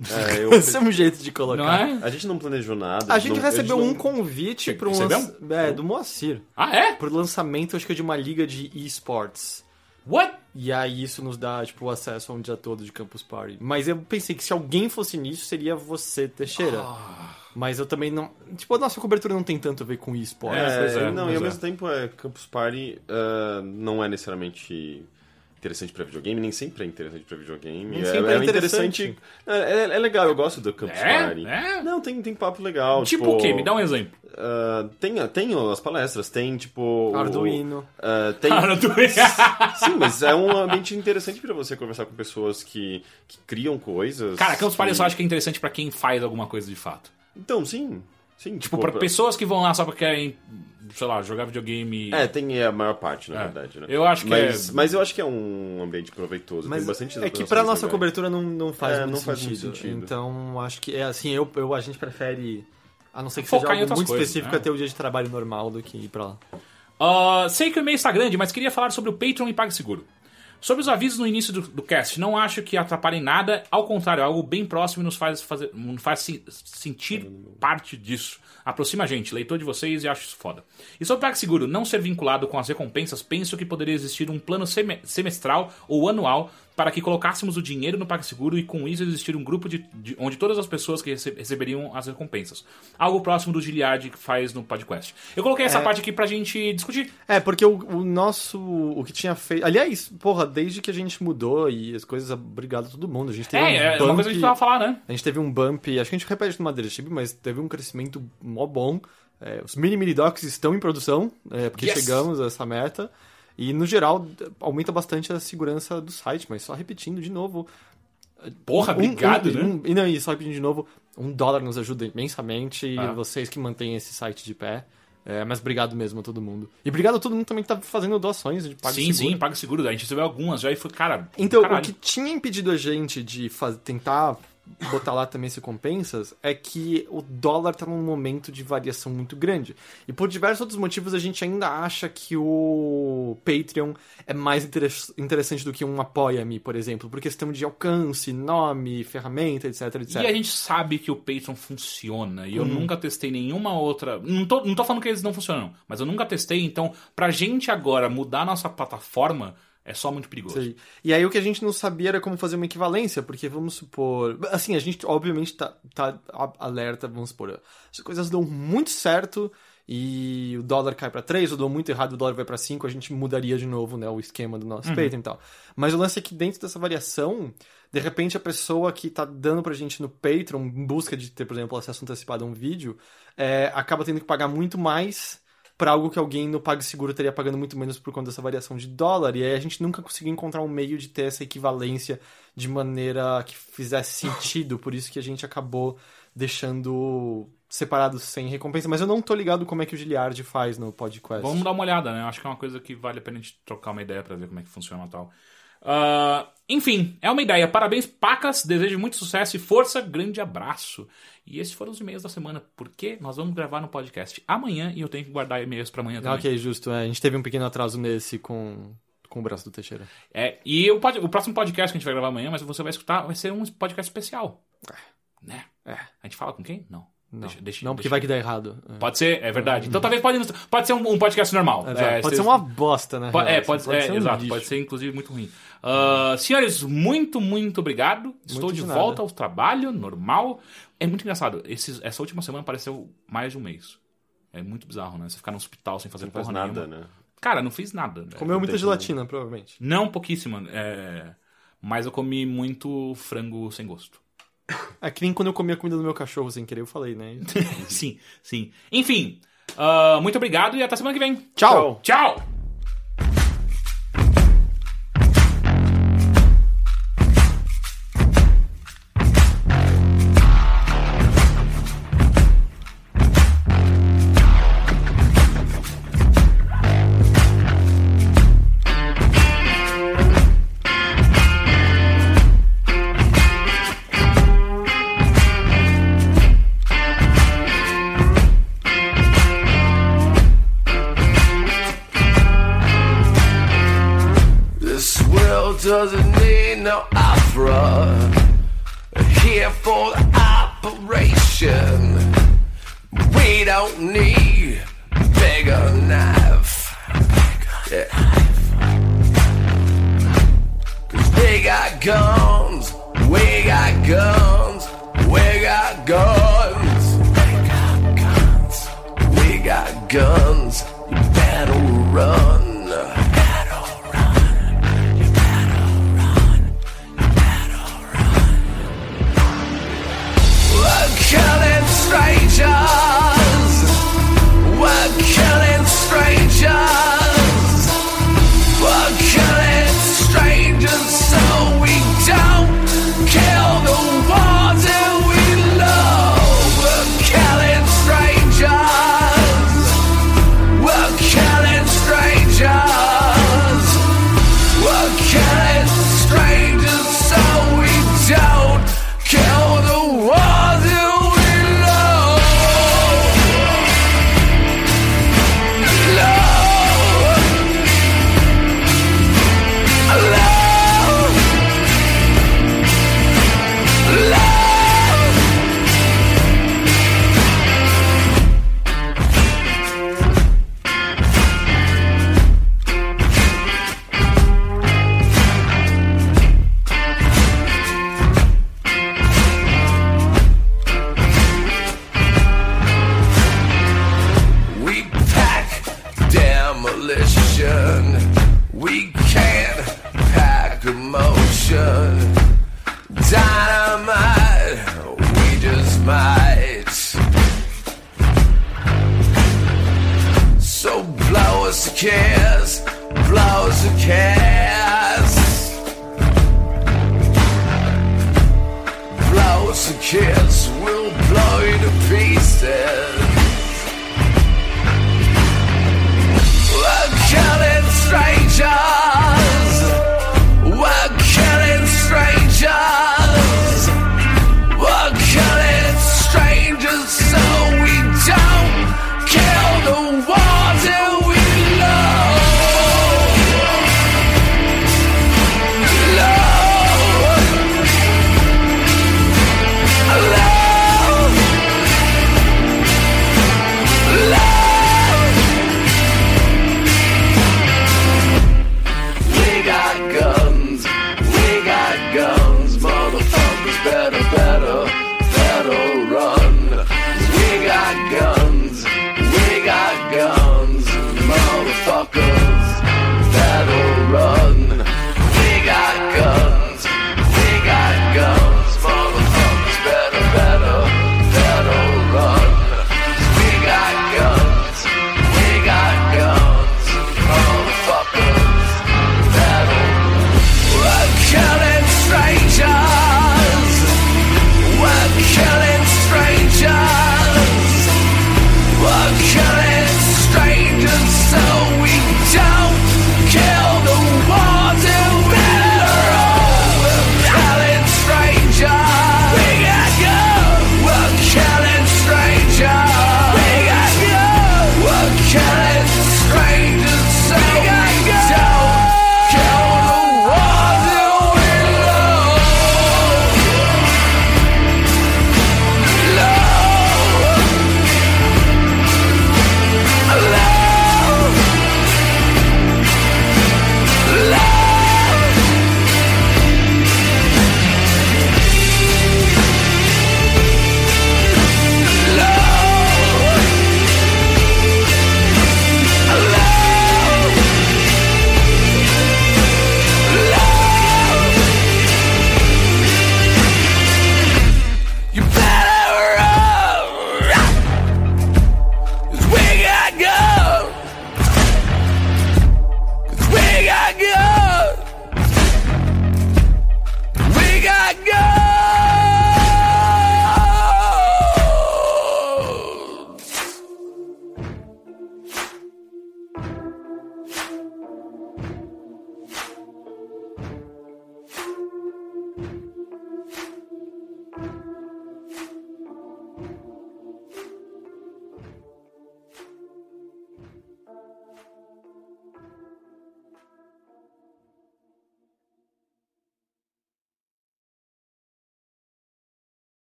É, eu... Esse é um jeito de colocar. Não é? A gente não planejou nada. A gente não, recebeu não... um convite para um Recebeu? lança... é, do Moacir. Ah, é? Pro lançamento, acho que é de uma liga de esports. What? E aí isso nos dá, tipo, acesso a um dia todo de Campus Party. Mas eu pensei que se alguém fosse nisso, seria você, Teixeira. Ah. Mas eu também não... Tipo, a nossa cobertura não tem tanto a ver com esportes. É, pois é, não, pois e ao é. mesmo tempo, é, Campus Party uh, não é necessariamente interessante pra videogame, nem sempre é interessante pra videogame. Nem é, sempre é é interessante. É, é, é legal, eu gosto do Campus É? Party. É? Não, tem, tem papo legal. Tipo, Tipo, o quê? Me dá um exemplo. Uh, tem, tem as palestras, tem tipo... Arduino. O, uh, tem... Arduino. Sim, mas é um ambiente interessante pra você conversar com pessoas que, que criam coisas. Cara, Campus Party eu que... só acho que é interessante pra quem faz alguma coisa de fato. Então, sim. Sim, Tipo, pra pessoas que vão lá só porque querem, sei lá, jogar videogame. É, tem a maior parte, na É. verdade, né? Eu acho que mas, é- mas eu acho que é um ambiente proveitoso. Mas tem bastante é que opções pra nossa legais. cobertura não, não faz, É, muito, não faz sentido. muito sentido. Então, acho que é assim, eu, eu, a gente prefere, a não ser que Focar seja em algo outras muito coisas, específico, né? até o dia de trabalho normal do que ir pra lá. Ah, sei que o e-mail está grande, mas queria falar sobre o Patreon e PagSeguro. Sobre os avisos no início do, do cast, não acho que atrapalhem nada, ao contrário, é algo bem próximo e nos faz, fazer, nos faz se, sentir parte disso. Aproxima a gente, leitor de vocês, e acho isso foda. E sobre o PagSeguro não ser vinculado com as recompensas, penso que poderia existir um plano seme- semestral ou anual para que colocássemos o dinheiro no PagSeguro e com isso existir um grupo de, de, onde todas as pessoas que rece- receberiam as recompensas. Algo próximo do Giliard que faz no podcast. Eu coloquei essa É. parte aqui pra gente discutir. É, porque o, o nosso, o que tinha feito... Aliás, porra, desde que a gente mudou e as coisas, obrigado a todo mundo. A gente teve um É, é bump, uma coisa que a gente tava falar, né? a gente teve um bump, acho que a gente repete no Madeira Chip, mas teve um crescimento mó bom. É, os mini mini docs estão em produção, é, porque Yes! chegamos a essa meta. E, no geral, aumenta bastante a segurança do site, mas só repetindo de novo. Porra, um- obrigado, um- né? um- e não, e só repetindo de novo, um dólar nos ajuda imensamente, Ah. e vocês que mantêm esse site de pé. É, mas obrigado mesmo a todo mundo. E obrigado a todo mundo também que tá fazendo doações de PagSeguro. Sim, sim, PagSeguro. A gente recebeu algumas já e foi, cara. Então, caralho. o que tinha impedido a gente de faz... tentar botar lá também as recompensas é que o dólar tá num momento de variação muito grande. E por diversos outros motivos a gente ainda acha que o Patreon é mais interess- interessante do que um Apoia-me, por exemplo, por questão de alcance, nome, ferramenta, etc, E etcétera. a gente sabe que o Patreon funciona. E eu Uhum. nunca testei nenhuma outra. Não tô, não tô falando que eles não funcionam, mas eu nunca testei. Então, pra gente agora mudar nossa plataforma, é só muito perigoso. Sim. E aí o que a gente não sabia era como fazer uma equivalência, porque vamos supor... Assim, a gente obviamente tá, tá a- alerta, vamos supor, as coisas dão muito certo e o dólar cai pra três, ou deu muito errado, o dólar vai pra cinco, a gente mudaria de novo, né, o esquema do nosso Patreon e tal. Mas o lance é que dentro dessa variação, de repente a pessoa que tá dando pra gente no Patreon, em busca de ter, por exemplo, acesso antecipado a um vídeo, é, acaba tendo que pagar muito mais para algo que alguém no PagSeguro estaria pagando muito menos por conta dessa variação de dólar, e aí a gente nunca conseguiu encontrar um meio de ter essa equivalência de maneira que fizesse sentido, por isso que a gente acabou deixando separado sem recompensa, mas eu não tô ligado como é que o Giliard faz no podcast. Vamos dar uma olhada, né? Acho que é uma coisa que vale a pena a gente trocar uma ideia pra ver como é que funciona e tal. Ah, enfim, é uma ideia. Parabéns, Pacas. Desejo muito sucesso e força. Grande abraço. E esses foram os e-mails da semana, porque nós vamos gravar no podcast amanhã e eu tenho que guardar e-mails pra amanhã também. Ok, justo. É, a gente teve um pequeno atraso nesse com, com o braço do Teixeira. É, e o, pod- o próximo podcast que a gente vai gravar amanhã, mas você vai escutar, vai ser um podcast especial. Né? É. A gente fala com quem? Não. Não, Deixa- deixa- não porque deixa- vai que dá errado. É. Pode ser, é verdade. Então talvez pode, pode ser um, um podcast normal. Exato. É, pode vocês- ser uma bosta, né? Po- É, pode, é, ser um exato, lixo. pode ser inclusive muito ruim. Ah, senhores, muito, muito obrigado. Estou de de nada. volta ao trabalho normal. É muito engraçado. Esses, essa última semana pareceu mais de um mês. É muito bizarro, né? Você ficar no hospital sem fazer Não faz porra nada, nenhuma. né? Cara, não fiz nada. né? Comeu muita tem gelatina, provavelmente. Não, pouquíssima. É... Mas eu comi muito frango sem gosto. É que nem quando eu comi a comida do meu cachorro sem querer, eu falei, né? Sim, sim. Enfim, ah, muito obrigado e até semana que vem. Tchau! Tchau! This world doesn't need no opera. Here here for the operation. We don't need bigger knife. Yeah. Cause we got guns, we got guns, we got guns. We got guns, we got guns. You better run.